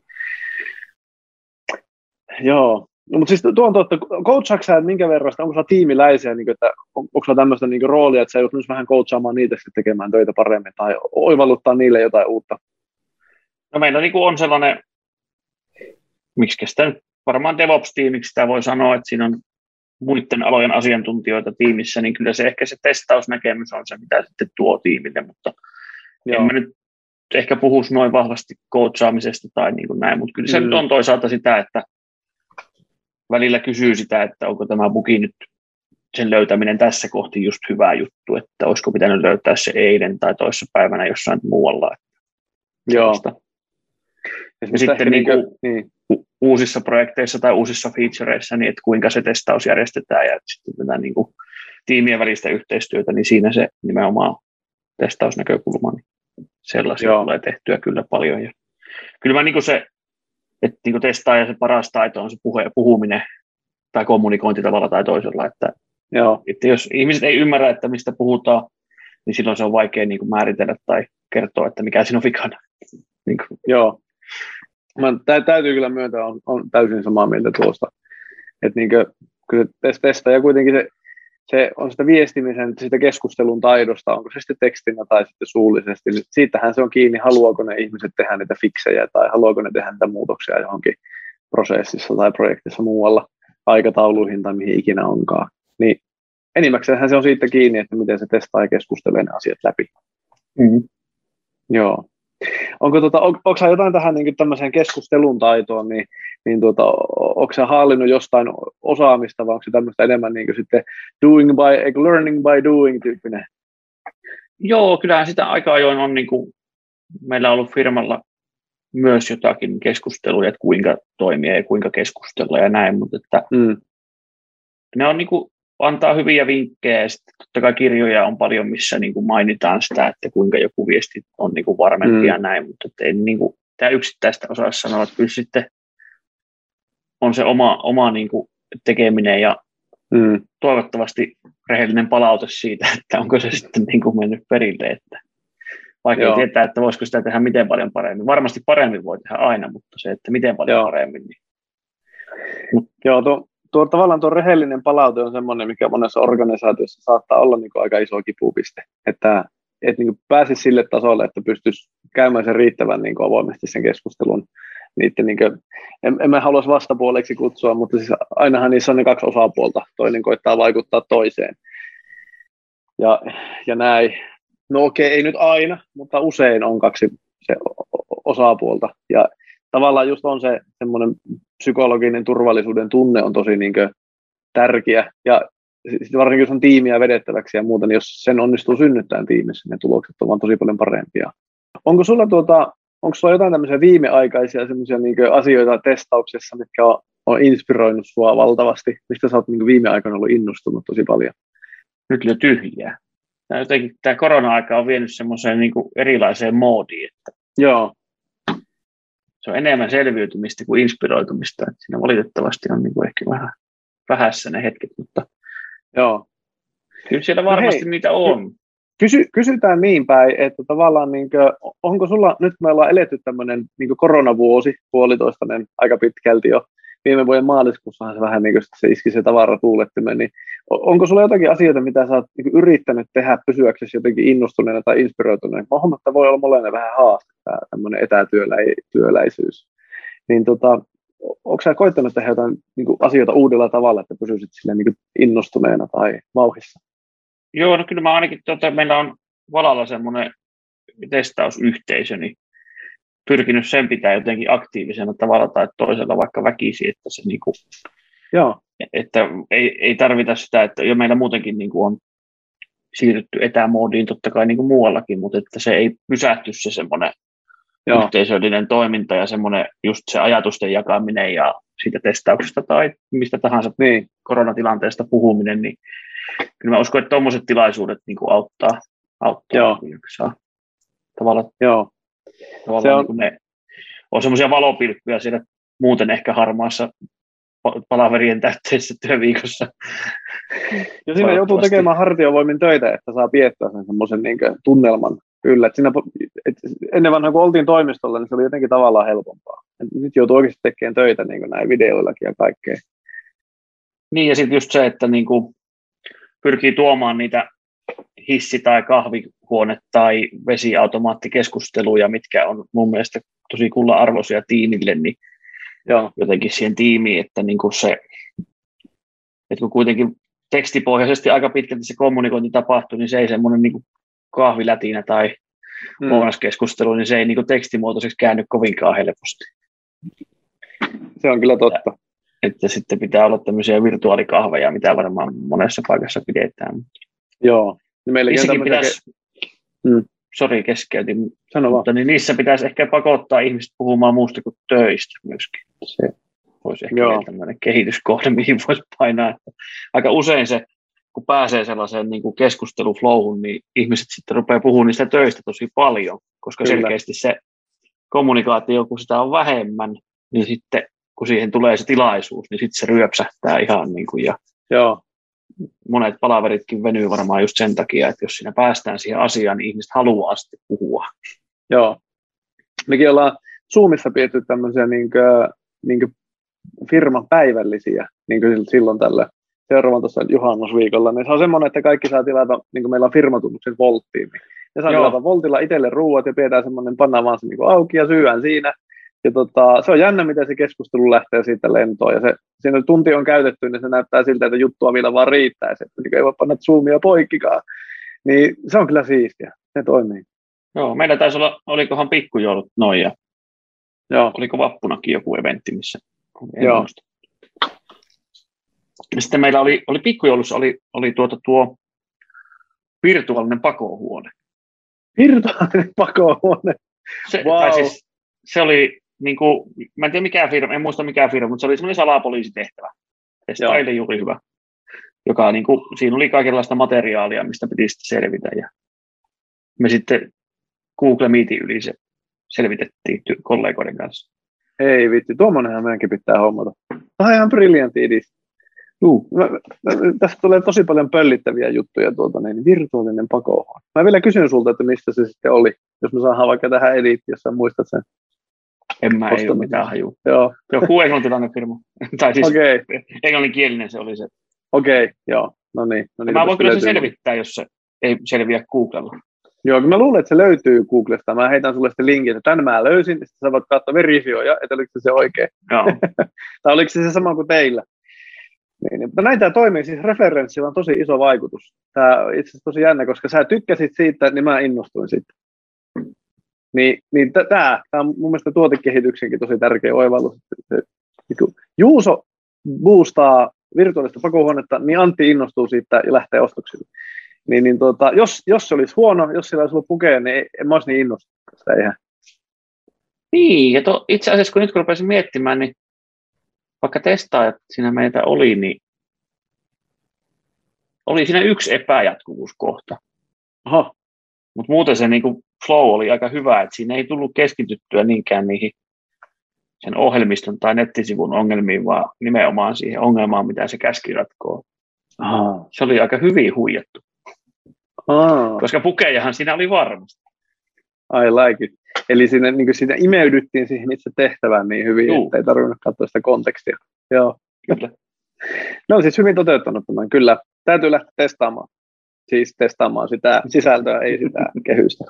Joo. No, mutta siis tuo on totta, coachaatko sä, että minkä verran, onko sulla tiimiläisiä, niin kuin, että on, onko sulla tämmöistä niin roolia, että sä joudut myös vähän coachaamaan niitä tekemään töitä paremmin tai oivalluttaa niille jotain uutta? No meillä niin on sellainen, miksi sitä nyt varmaan DevOps-tiimiksi sitä voi sanoa, että siinä on muiden alojen asiantuntijoita tiimissä, niin kyllä se ehkä se testausnäkemys on se, mitä sitten tuo tiimille, mutta Joo. en mä nyt ehkä puhuisi noin vahvasti coachaamisesta tai niin kuin näin, mutta kyllä se mm. nyt on toisaalta sitä, että välillä kysyy sitä, että onko tämä bugi nyt sen löytäminen tässä kohti just hyvä juttu, että olisiko pitänyt löytää se eilen tai toissa päivänä jossain muualla. Joo. Ja sitten niin kuin niin. uusissa projekteissa tai uusissa featureissa, niin että kuinka se testaus järjestetään ja sitten tätä niin kuin tiimien välistä yhteistyötä, niin siinä se nimenomaan testausnäkökulma, niin sellaisia Joo. tulee tehtyä kyllä paljon. Ja kyllä mä niin kuin se, että niin kuin testaa ja se paras taito on se puhe, puhuminen tai kommunikointi tavalla tai toisella, että, Joo. että jos ihmiset ei ymmärrä, että mistä puhutaan, niin silloin se on vaikea niin kuin määritellä tai kertoa, että mikä siinä on vikana. Niin kuin. Joo. Mä tä, täytyy kyllä myöntää, on, on täysin samaa mieltä tuosta. Että niin kuin, kyllä testaa ja kuitenkin se, se on sitä viestimisen, sitä keskustelun taidosta, onko se sitten tekstinä tai sitten suullisesti. Siitähän se on kiinni, haluaako ne ihmiset tehdä niitä fiksejä tai haluaako ne tehdä niitä muutoksia johonkin prosessissa tai projektissa muualla, aikatauluihin tai mihin ikinä onkaan. Niin enimmäkseenhän se on siitä kiinni, että miten se testaa ja keskustelee ne asiat läpi. Mm-hmm. Joo. Onko, tuota, on, onko sä jotain tähän niin tämmöiseen keskustelun taitoon, niin, niin tuota, onko sä hallinnut jostain osaamista, vai onko se tämmöistä enemmän niin sitten doing by, learning by doing tyyppinen? Joo, kyllähän sitä aika ajoin on niin kuin, meillä on ollut firmalla myös jotakin keskusteluja, että kuinka toimia ja kuinka keskustella ja näin, mutta että mm. ne on niin kuin, antaa hyviä vinkkejä ja sitten totta kai kirjoja on paljon, missä niin kuin mainitaan sitä, että kuinka joku viesti on niin kuin varmempi mm. ja näin, mutta ei niin kuin, tämä yksittäistä osaa sanoa, että kyllä sitten on se oma, oma niin kuin tekeminen ja mm. toivottavasti rehellinen palaute siitä, että onko se sitten niin kuin mennyt perille, että vaikka ei tietää, että voisiko sitä tehdä miten paljon paremmin. Varmasti paremmin voi tehdä aina, mutta se, että miten paljon Joo. paremmin. Niin. Mut. Joo, tuo, tuo, tavallaan tuo rehellinen palaute on semmoinen, mikä monessa organisaatiossa saattaa olla niin kuin aika iso kipupiste. Että et niin kuin pääsisi sille tasolle, että pystyisi käymään sen riittävän niin kuin avoimesti sen keskustelun. Niiden, niin kuin, en, en mä haluaisi vastapuoleksi kutsua, mutta siis ainahan niissä on ne kaksi osapuolta. Toinen koittaa vaikuttaa toiseen. Ja, ja näin. No okei, ei nyt aina, mutta usein on kaksi se osapuolta. Ja tavallaan just on se semmoinen psykologinen turvallisuuden tunne on tosi niin kuin tärkeä. Ja sitten varsinkin jos on tiimiä vedettäväksi ja muuta, niin jos sen onnistuu synnyttämään tiimissä, niin tulokset ovat tosi paljon parempia. Onko sulla, tuota, onko sulla jotain tämmöisiä viimeaikaisia semmoisia niin kuin asioita testauksessa, mitkä on, on inspiroinut sua valtavasti? Mistä sä oot niin kuin viime aikoina ollut innostunut tosi paljon? Nyt lyö tyhjää. Tämä, jotenkin, tämä korona-aika on vienyt semmoiseen niin kuin erilaiseen moodiin, että Joo. se on enemmän selviytymistä kuin inspiroitumista. Että siinä valitettavasti on niin kuin ehkä vähän vähässä ne hetket, mutta Joo. kyllä siellä No varmasti hei, niitä on. Kysy, kysytään niin päin, että tavallaan niin kuin, onko sulla, nyt me ollaan eletty tämmöinen niin koronavuosi, puolitoistainen aika pitkälti jo, viime vuoden maaliskuussahan se vähän niin kuin se iski se tavara tuulettimen, niin onko sulla jotakin asioita, mitä sä oot niin yrittänyt tehdä pysyäksesi jotenkin innostuneena tai inspiroituneena? Mä huomaan, että voi olla molemmille vähän haaste, tämä tämmöinen etätyöläisyys. Niin tota, onko sä koittanut tehdä jotain niin kuin asioita uudella tavalla, että pysyisit silleen niin kuin innostuneena tai vauhissa? Joo, no kyllä mä ainakin, tuota, meillä on Valalla semmoinen testausyhteisö, niin pyrkinyt sen pitää jotenkin aktiivisena tavalla tai toisella vaikka väkisin, että se niinku, Joo. että ei, ei tarvita sitä, että jo meillä muutenkin niinku on siirrytty etämoodiin totta kai niinku muuallakin, mutta että se ei pysähty se semmoinen Joo. yhteisöllinen toiminta ja semmoinen just se ajatusten jakaminen ja siitä testauksesta tai mistä tahansa Niin. koronatilanteesta puhuminen, niin kyllä mä uskon, että tuommoiset tilaisuudet niinku auttaa, auttaa Joo. jaksaa. Tavallaan, Joo. tavallaan Se on- niin kuin ne on semmoisia valopilkkuja siellä muuten ehkä harmaassa pa- palaverien täytteisessä työviikossa. Ja siinä joutuu Toivottavasti. tekemään hartiavoimin töitä, että saa piettää sen semmoisen niin tunnelman yllä. Et siinä, et ennen vanhaa, kun oltiin toimistolla, niin se oli jotenkin tavallaan helpompaa. Et nyt joutuu oikeasti tekemään töitä niin näin videoillakin ja kaikkea. Niin, ja sitten just se, että niinku pyrkii tuomaan niitä hissi- tai kahvihuone- tai vesiautomaattikeskusteluja, mitkä on mun mielestä tosi kulla-arvoisia tiimille, niin Joo. jotenkin siihen tiimiin, että niinku se, että kun kuitenkin tekstipohjaisesti aika pitkälti se kommunikointi tapahtuu, niin se ei semmoinen niinku kahvilätinä tai Mm. lounaskeskustelu, niin se ei niinku tekstimuotoiseksi käänny kovinkaan helposti. Se on kyllä totta. Että sitten pitää olla tämmöisiä virtuaalikahveja, mitä varmaan monessa paikassa pidetään. Joo. Niin meilläkin on Niissäkin tämmöisiä... pitäisi, Mm. sori keskeytin, Sano vaan. mutta niin niissä pitäisi ehkä pakottaa ihmiset puhumaan muusta kuin töistä myöskin. Se voisi ehkä Joo. olla tämmöinen kehityskohde, mihin voisi painaa. Että aika usein se, kun pääsee sellaiseen niin kuin keskusteluflowhun, niin ihmiset sitten rupeaa puhumaan niistä töistä tosi paljon, koska Kyllä. selkeästi se kommunikaatio, kun sitä on vähemmän, niin sitten kun siihen tulee se tilaisuus, niin sitten se ryöpsähtää ihan niin kuin, ja Joo. monet palaveritkin venyy varmaan just sen takia, että jos siinä päästään siihen asiaan, niin ihmiset haluaa sitten puhua. Joo. Mekin ollaan Zoomissa pidetty tämmöisiä niin kuin, niin kuin firman päivällisiä niin kuin silloin tällä seuraavan tuossa juhannusviikolla. Niin se on semmoinen, että kaikki saa tilata, niin kuin meillä on firmatunnukset Volttiin. Niin ne saa Joo. tilata Voltilla itselle ruuat ja pidetään semmoinen, pannaan vaan se niin kuin auki ja syyään siinä. Ja tota, se on jännä, miten se keskustelu lähtee siitä lentoon. Ja se, siinä tunti on käytetty, niin se näyttää siltä, että juttua vielä vaan riittäisi. Että niin ei voi panna Zoomia poikkikaan. Niin se on kyllä siistiä. Se toimii. Joo, meillä taisi olla, olikohan pikkujoulut noin, ja Joo. oliko vappunakin joku eventti, missä en Joo. muista. Ja sitten meillä oli, oli pikkujoulussa oli, oli tuota tuo virtuaalinen pakohuone. Virtuaalinen pakohuone. Se, Wow. tai siis, se oli, niin kuin, mä en tiedä mikä firma, en muista mikä firma, mutta se oli semmoinen salapoliisitehtävä. Testaille juuri hyvä. Joka, niin kuin, siinä oli kaikenlaista materiaalia, mistä piti sitten selvitä. Ja me sitten Google Meetin yli se selvitettiin ty- kollegoiden kanssa. Ei vitsi, tuommoinenhan meidänkin pitää hommata. Tämä on ihan briljantti idis. Juu, mä, mä, tässä tulee tosi paljon pöllittäviä juttuja tuolta, niin virtuaalinen pakohuone. Mä vielä kysyn sulta, että mistä se sitten oli, jos me saadaan vaikka tähän ediitti, jos sä muistat sen. En mä ei Ostamisen. ole mitään hajua. Joo, Joku englantilainen firma. tai siis okei, okay, englanninkielinen se oli se. okei, okay, joo, no niin. No niin Mä voin kyllä se löytyy. selvittää, jos se ei selviä Googlella. Joo, mä luulen, että se löytyy Googlesta. Mä heitän sulle sitten linkin, että tän mä löysin, ja sitten sä voit katsoa verifioida, että oliko se se oikein. Joo. Tai oliko se se sama kuin teillä. Niin, niin. Mutta näin tämä toimii, siis referenssillä on tosi iso vaikutus. Tämä on itse asiassa tosi jännä, koska sä tykkäsit siitä, niin mä innostuin siitä. Niin, niin tämä, tämä on mun mielestä tuotekehityksenkin tosi tärkeä oivallus. Niin Juuso boostaa virtuaalista pakohuonetta, niin Antti innostuu siitä ja lähtee ostoksille. Niin, niin tuota, jos, jos se olisi huono, jos sillä olisi ollut pukea, niin en mä olisi niin innostunut sitä ihan. Niin, ja to, itse asiassa kun nyt kun rupesin miettimään, niin vaikka testaajat siinä meitä oli, niin oli siinä yksi epäjatkuvuuskohta. Aha, Mutta muuten se niin kuin flow oli aika hyvä, että siinä ei tullut keskityttyä niinkään niihin sen ohjelmiston tai nettisivun ongelmiin, vaan nimenomaan siihen ongelmaan, mitä se käski ratkoo. Aha. Se oli aika hyvin huijattu. Aa. Koska pukejahan siinä oli varmasti. I like it. Eli siinä, niin siinä imeydyttiin siihen itse tehtävään niin hyvin, Juu. että ei tarvinnut katsoa sitä kontekstia. Joo. Kyllä. No siis hyvin toteuttanut tämän, kyllä. Täytyy lähteä testaamaan. Siis testaamaan sitä sisältöä, ei sitä kehystä.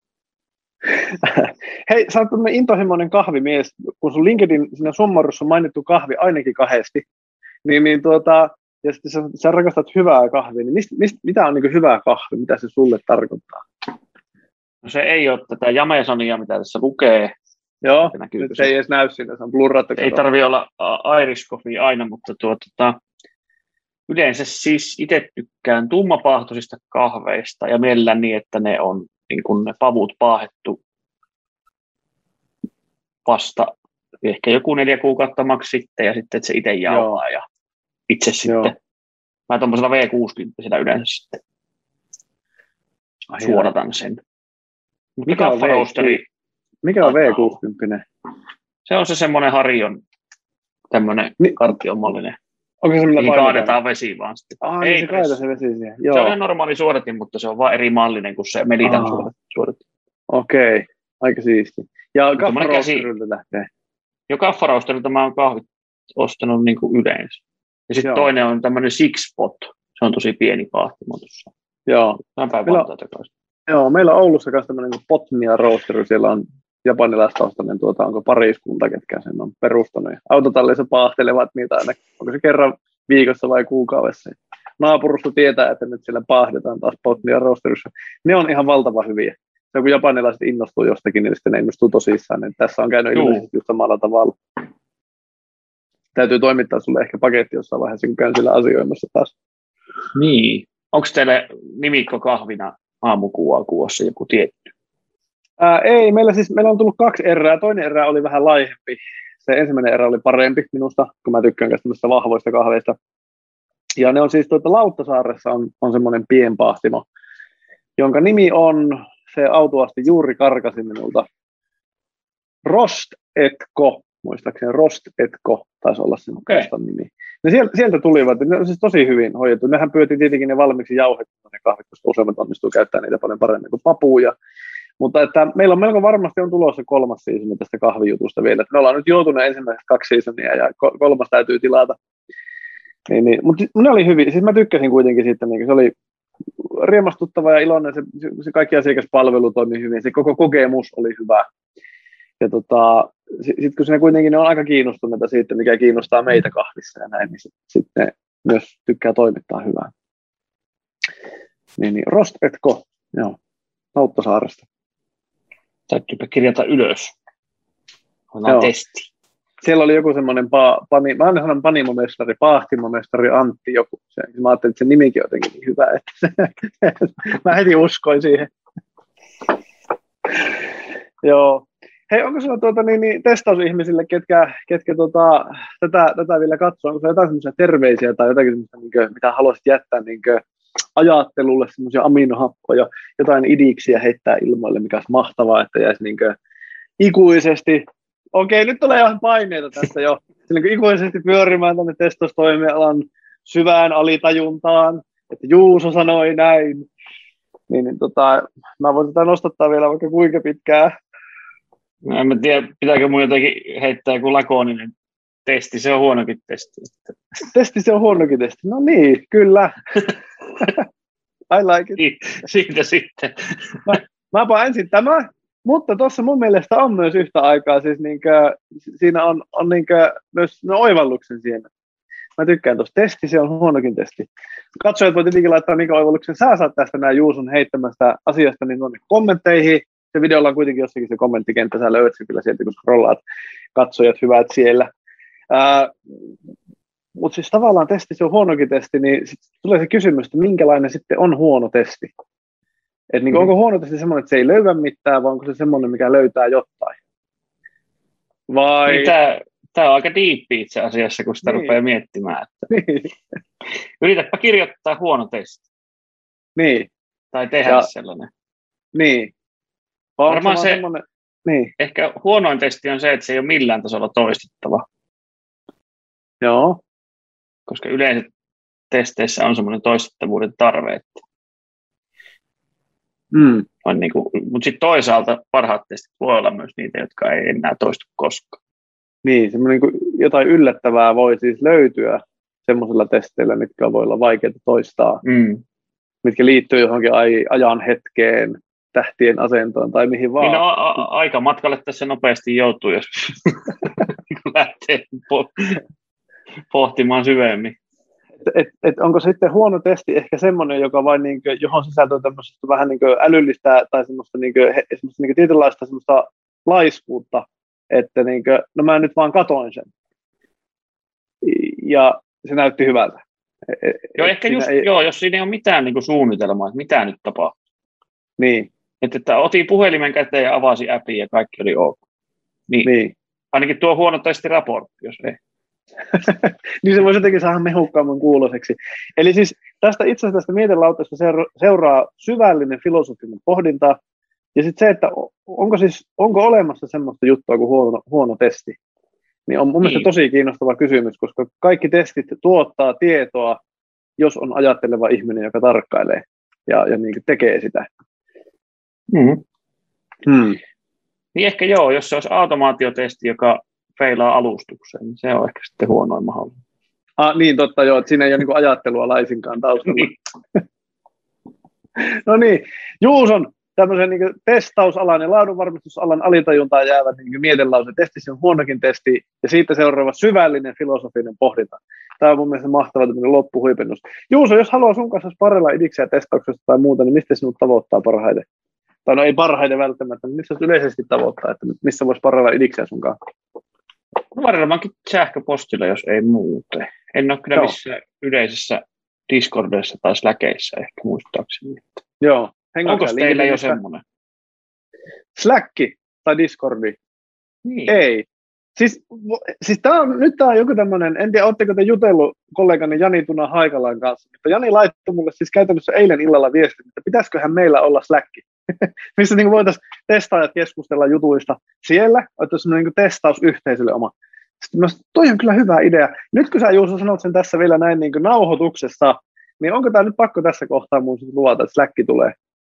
Hei, sä oot tämmöinen intohimoinen kahvimies. Kun sun LinkedIn siinä summarussa on mainittu kahvi ainakin kahdesti, niin, niin tuota, ja sitten sä, sä rakastat hyvää kahvia, niin mist, mist, mitä on niin hyvää kahvi? Mitä se sulle tarkoittaa? No se ei ole tätä Jamesonia, mitä tässä lukee. Joo, nyt se ei edes näy siinä, se on blurrattu. Ei tarvitse olla Irish coffee aina, mutta tuo, tuota, yleensä siis itse tykkään tummapahtoisista kahveista ja mielellään niin, että ne on niin kuin ne pavut paahettu vasta ehkä joku neljä kuukautta maksi sitten ja sitten, että se itse jauhaa ja itse Joo. sitten. Mä tuommoisella V kuusikymmentä yleensä sitten Ai suodatan sen. Mikä on, v- Mikä on V kuusikymmentä? Se on se semmoinen Harion tämmöinen Ni- kartionmallinen. Onko se mihin kaadetaan vesi vaan sitten. Ah, niin se kaadetaan se vesi siihen. Joo. Se on ihan normaali suodatin, mutta se on vaan eri mallinen kuin se Melitan suodatin. Okei, okay. Aika siisti. Ja kaffaroosterilta lähtee. Jo kaffaroosterilta mä oon kahvit ostanut niin kuin yleensä. Ja sitten toinen on tämmöinen Six Pot. Se on tosi pieni paahtimo tuossa. Joo. Meillä, joo, meillä on Oulussa myös tämmöinen kuin Potnia Roasteri. Siellä on japanilaistaustainen, tuota, onko pariskunta, ketkä sen on perustanut. Autotallissa paahtelevat niitä aina, onko se kerran viikossa vai kuukaudessa. Naapurusta tietää, että nyt siellä paahdetaan taas Potnia Roasterissa. Ne on ihan valtavan hyviä. Se kun japanilaiset innostuu jostakin, niin sitten ne innostuu tosissaan. Niin tässä on käynyt ilmeisesti just samalla tavalla. Täytyy toimittaa sulle ehkä paketti jossain vaiheessa, kun käyn siellä asioimassa taas. Niin. Onko teille nimikko kahvina aamukuuakuossa joku tietty? Ää, ei, meillä, siis, meillä on tullut kaksi erää. Toinen erä oli vähän laihempi. Se ensimmäinen erä oli parempi minusta, kun mä tykkään tämmöistä vahvoista kahveista. Ja ne on siis tuota Lauttasaaressa on, on semmoinen pienpahtimo, jonka nimi on, se autuasti juuri karkasi minulta, Rost et Co. Muistaakseni Rost et Co. taisi olla sen okay. nimi. Ne sieltä, sieltä tulivat, ne on siis tosi hyvin hoidettu. Nehän pyöti tietenkin ne valmiiksi jauhettu ne kahvit, koska useimmat onnistuu käyttämään niitä paljon paremmin kuin papuja. Mutta että meillä on melko varmasti on tulossa kolmas seasoni tästä kahvijutusta vielä. Että me ollaan nyt joutuneet ensimmäiset kaksi seasonia ja kolmas täytyy tilata. Niin, niin. Mutta ne oli hyvin. Siis mä tykkäsin kuitenkin siitä, niin se oli riemastuttava ja iloinen. Se, se kaikki asiakaspalvelu toimi hyvin. Se koko kokemus oli hyvä. Ja tota, sitten kun siinä kuitenkin ne on aika kiinnostuneita siitä, mikä kiinnostaa meitä kahvissa ja näin, niin sitten sit ne myös tykkää toimittaa hyvää. Niin, niin. Rost et Co. Joo. Lauttasaaresta. Täytyypä kirjata ylös. Otetaan testi. Siellä oli joku semmoinen, pa, pani, mä annan panimomestari, paahtimomestari Antti joku. Se, mä ajattelin, että se nimikin on jotenkin niin hyvä, että se, mä heti uskoin siihen. Joo. Hei, onko sulla tuota, niin, niin, testausihmisille, ketkä, ketkä tota, tätä, tätä vielä katsoo, onko sulla jotain semmoisia terveisiä tai jotakin semmoista, niin kuin, mitä haluaisit jättää niin kuin, ajattelulle, semmoisia aminohappoja, jotain idiksiä heittää ilmoille, mikä olisi mahtavaa, että jäisi niin kuin, ikuisesti, okei, nyt tulee ihan paineita tästä jo, niin ikuisesti pyörimään tänne testaustoimialan syvään alitajuntaan, että Juuso sanoi näin, niin, niin tota, mä voin tätä nostattaa vielä vaikka kuinka pitkään. No, en mä tiedä, pitääkö mun jotenkin heittää joku lakoninen testi, se on huonokin testi. Testi, se on huonokin testi. No niin, kyllä. I like it. Siitä sitten. Mä, mäpä ensin tämä, mutta tuossa mun mielestä on myös yhtä aikaa, siis niinkö, siinä on, on niinkö myös no oivalluksen siinä. Mä tykkään tuosta testi, se on huonokin testi. Katsojat voi tietenkin laittaa minkä oivalluksen sä saat tästä nämä Juuson heittämästä asiasta niin tuonne kommentteihin. Se videolla on kuitenkin jossakin se kommenttikenttä, sä löydät se kyllä sieltä, kun scrollaat katsojat hyvät siellä. Mutta siis tavallaan testi, se on huonokin testi, niin sit tulee se kysymys, että minkälainen sitten on huono testi. Et niin, mm. Onko huono testi semmoinen, että se ei löyä mitään, vai onko se semmoinen, mikä löytää jotain? Vai... Niin, tämä on aika diippi itse asiassa, kun sitä niin. rupeaa miettimään. Että... Niin. Yritäpä kirjoittaa huono testi. Niin. Tai tehdä ja... sellainen. Niin. Varmaan se, semmoinen... Niin, Ehkä huonoin testi on se, että se ei ole millään tasolla toistettava, joo. koska yleensä testeissä on semmoinen toistettavuuden tarve. Että Mm. on niin kuin, mutta sitten toisaalta parhaat testit voi olla myös niitä, jotka ei enää toistu koskaan. Niin, semmoinen niin jotain yllättävää voi siis löytyä semmoisilla testeillä, mitkä voi olla vaikeita toistaa, Mm. mitkä liittyy johonkin ai- ajan hetkeen, tähtien asentoon tai mihin vaan. Niin no, a- a- aika matkalle tässä nopeasti joutuu, jos lähtee po- pohtimaan syvemmin. Et, et onko sitten huono testi ehkä semmoinen, joka vain niin kuin, johon sisältyy tämmöistä vähän niin kuin älyllistä tai semmoista, niin kuin, he, semmoista niin kuin tietynlaista semmoista laiskuutta, että niin kuin, no mä nyt vaan katoin sen. Ja se näytti hyvältä. Et, Joo, ehkä just, ei, joo, jos siinä ei ole mitään niin kuin suunnitelmaa, että mitä nyt tapahtuu. Niin, Että, että otin puhelimen käteen ja avasi appin ja kaikki oli ok. Niin, niin. ainakin tuo huono testiraportti, jos ei. Niin se voisi jotenkin saada mehukkaamman kuuloiseksi. Eli siis tästä itse asiassa tästä mietelautasta seuraa syvällinen filosofinen pohdinta, ja sitten se, että onko, siis, onko olemassa semmoista juttua kuin huono, huono testi, niin on mun Niin. mielestä tosi kiinnostava kysymys, koska kaikki testit tuottaa tietoa, jos on ajatteleva ihminen, joka tarkkailee ja, ja niin kuin tekee sitä. Mm-hmm. Hmm. Niin ehkä joo, jos se olisi automaatiotesti, joka feilaa alustukseen, niin se on ehkä sitten huonoin mahdollinen. Ah, niin totta joo, että siinä ei ole niin kuin ajattelua laisinkaan taustalla. Niin. No niin, Juuson tämmöisen niin kuin testausalan ja laadunvarmistusalan alitajuntaan jäävä niin mietelause. Testissä on huonokin testi ja siitä seuraava syvällinen filosofinen pohdinta. Tämä on mun mielestä mahtava tämmöinen loppuhuipennus. Juuso, jos haluaa sun kanssa parilla idiksiä testauksesta tai muuta, niin mistä sinut tavoittaa parhaiten? Tai no ei parhaiten välttämättä, mutta missä yleisesti tavoittaa, että missä voisi parilla idiksiä sun kanssa? No varmaankin sähköpostilla, jos ei muuten. En ole kyllä Joo. missään yleisessä Discordissa tai Slackissa ehkä muistaakseni. Joo. Onko teillä jo semmoinen? Slack tai Discordi? Niin. Ei. Siis, siis tää on, nyt tämä on joku tämmöinen, en tiedä, ootteko te jutellut kollegani Jani Tuna Haikalan kanssa, mutta Jani laittoi mulle siis käytännössä eilen illalla viestin, että pitäisiköhän meillä olla Slack, missä niin voitaisiin testaajat keskustella jutuista siellä, että olisi niin testausyhteisölle oma. Sitten mä sanoin, toi on kyllä hyvä idea. Nyt kun sä Juuso sanot sen tässä vielä näin niin nauhoituksessa, niin onko tämä nyt pakko tässä kohtaa mun sit luvata, että Slack tulee?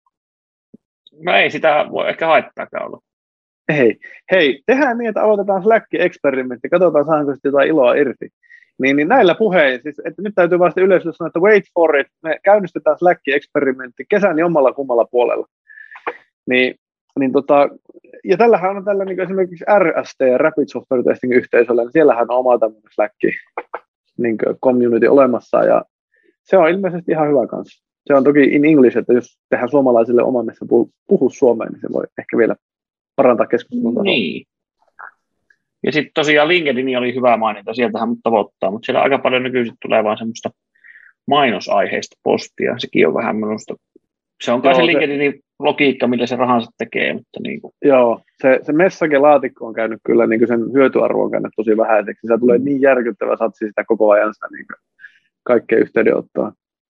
No ei sitä voi ehkä haittaakaan olla. Hei, hei, tehdään niin, että aloitetaan Slack-eksperimentti, katsotaan saanko sitten jotain iloa irti. Niin, niin näillä puhein, siis, että nyt täytyy vasta yleisölle sanoa, että wait for it, me käynnistetään Slack-eksperimentti kesän jommalla kummalla puolella. Niin, niin tota, ja tällähän on tällä niin esimerkiksi R S T, Rapid Software Testing yhteisöllä, niin siellähän on oma tämmöinen Slack niin community olemassa, ja se on ilmeisesti ihan hyvä kanssa. Se on toki in English, että jos tehdään suomalaisille oma, missä puhuu suomeen, niin se voi ehkä vielä parantaa keskustelun tasoa. Niin. Ja sitten tosiaan LinkedIn oli hyvä mainita, sieltähän mut tavoittaa, mutta siellä aika paljon nykyisin tulee vaan semmoista mainosaiheista postia, sekin on vähän minusta. Se on kai Joo, se se- LinkedInin logiikka, millä se rahansa tekee, mutta niin kuin. Joo, se, se message-laatikko on käynyt kyllä, niin kuin sen hyötyarvo on käynyt tosi vähäiseksi. Se tulee niin järkyttävä satsi sitä koko ajan sitä niin kuin kaikkea yhteydenottoa.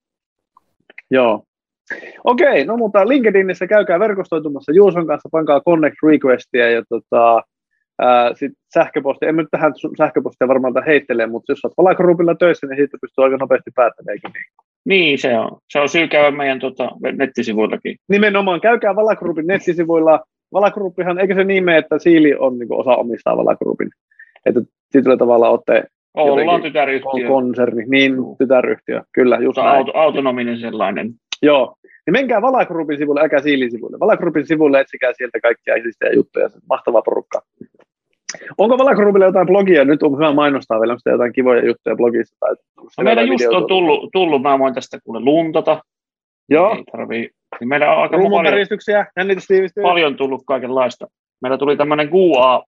Joo. Okei, no mutta LinkedInissä käykää verkostoitumassa Juuson kanssa, pankaa connect requestia ja tota, ää, sit sähköpostia. En nyt tähän sun sähköpostia varmaan heittelee, mutta jos olet Valagroupilla töissä, niin siitä pystyy aika nopeasti päättämään, eikö niin? Niin, se on. Se on syy käydä meidän tota, nettisivuillakin. Nimenomaan, käykää Valagroupin nettisivuilla. Valagroupihan, eikö se nime, että Siili on niin kuin osa omistaa Valagroupin? Että tietyllä tavalla olette Ollaan jotenkin tytäryhtiö, konserni, niin tytäryhtiö, kyllä, just mutta näin. auto, autonominen sellainen. Joo, niin menkää Valagroupin sivuille, älkää Siilin sivuille. Valagroupin sivuille etsikää sieltä kaikkia isistejä juttuja, se on mahtava porukka. Onko Valagroupilla jotain blogia? Nyt on hyvä mainostaa vielä, onko sitä jotain kivoja juttuja blogissa? Tai No meillä just on tullut, tullut, mä voin tästä kuule luntata. Joo, Ei tarvii. Niin meillä on aika paljon, ruumunpäristyksiä, jännitystiivistyjä. paljon tullut kaikenlaista. Meillä tuli tämmöinen Q A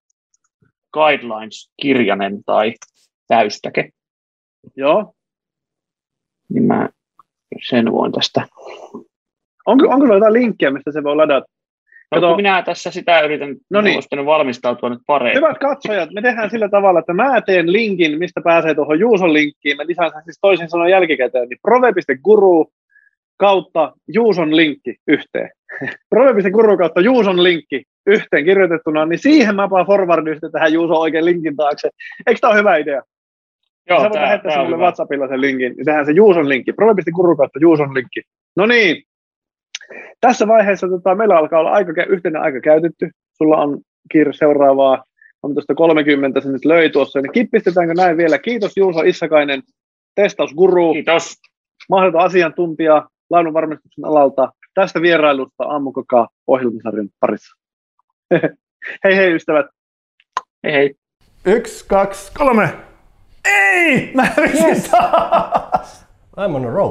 Guidelines-kirjanen tai täystäke. Joo. Niin mä sen voin tästä. Onko, onko jotain linkkiä, mistä se voi ladata? No, Kato- kun minä tässä sitä yritän, No niin. olisi pitänyt valmistautua nyt paremmin. Hyvät katsojat, me tehdään sillä tavalla, että mä teen linkin, mistä pääsee tuohon Juuson linkkiin. Mä lisään sen siis toisin sanoen jälkikäteen, niin prove piste guru kautta Juuson linkki yhteen. prove piste guru kautta Juuson linkki yhteen kirjoitettuna, niin siihen mä vaan forwardin sitten tähän Juuson oikein linkin taakse. Eikö tää ole hyvä idea? Joo, sä voit lähettää sinulle WhatsAppilla sen linkin, niin tehdään se Juuson linkki. prove piste guru kautta Juuson linkki. No niin. Tässä vaiheessa tota, meillä alkaa olla aika, yhteinen aika käytetty. Sulla on kiire seuraavaa. On tuosta kolmekymmentä, se nyt löi tuossa. Niin kippistetäänkö näin vielä? Kiitos Juuso Issakainen, testausguru. Kiitos. Mahdoton asiantuntija laadun varmistuksen alalta tästä vierailusta Aamukokaa ohjelmasarjan parissa. hei hei ystävät. Hei hei. Yksi, kaksi, kolme. Ei! Mä hävisin yes. taas! I'm on a roll.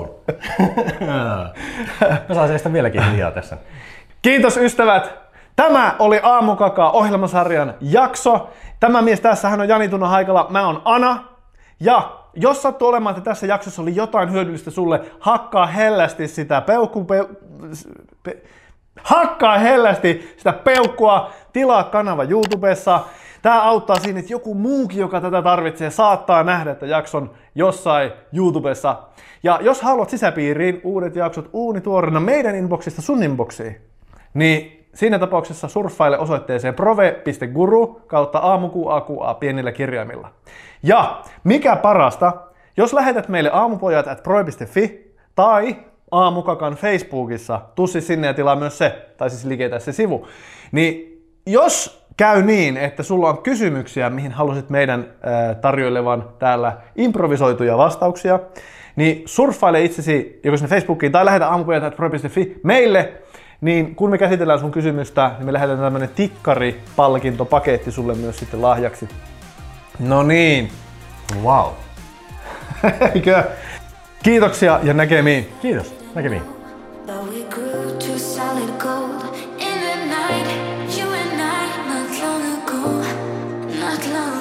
Mä saan seistä vieläkin hiljaa tässä. Kiitos ystävät! Tämä oli Aamukakaa ohjelmasarjan jakso. Tämä mies tässä, hän on Jani Tunno Haikala, mä oon Ana. Ja jos sattuu olemaan, että tässä jaksossa oli jotain hyödyllistä sulle, hakkaa hellästi sitä peukku... Pe, pe, hakkaa hellästi sitä peukkua, tilaa kanava YouTubessa. Tää auttaa siinä, että joku muukin, joka tätä tarvitsee, saattaa nähdä että jakson jossain YouTubessa. Ja jos haluat sisäpiiriin uudet jaksot uunituorena meidän inboxista sun inboxiin, niin siinä tapauksessa surffaile osoitteeseen prove piste guru kautta aamukua pienillä kirjaimilla. Ja mikä parasta, jos lähetät meille aamupojat at prove piste fi tai Aamukakan Facebookissa, tuu siis sinne ja tilaa myös se, tai siis likeitä se sivu, niin jos käy niin, että sulla on kysymyksiä, mihin halusit meidän äh, tarjoilevan täällä improvisoituja vastauksia, niin surffaile itsesi joko sinne Facebookiin tai lähetä aamupojat at prove piste fi meille, niin kun me käsitellään sun kysymystä, niin me lähetään tämmönen tikkaripalkintopaketti sulle myös sitten lahjaksi. No niin. Wow. Eikö? Kiitoksia ja näkemiin. Kiitos. Näkemiin. But we grew to solid gold in the night, you and I, not long ago, not long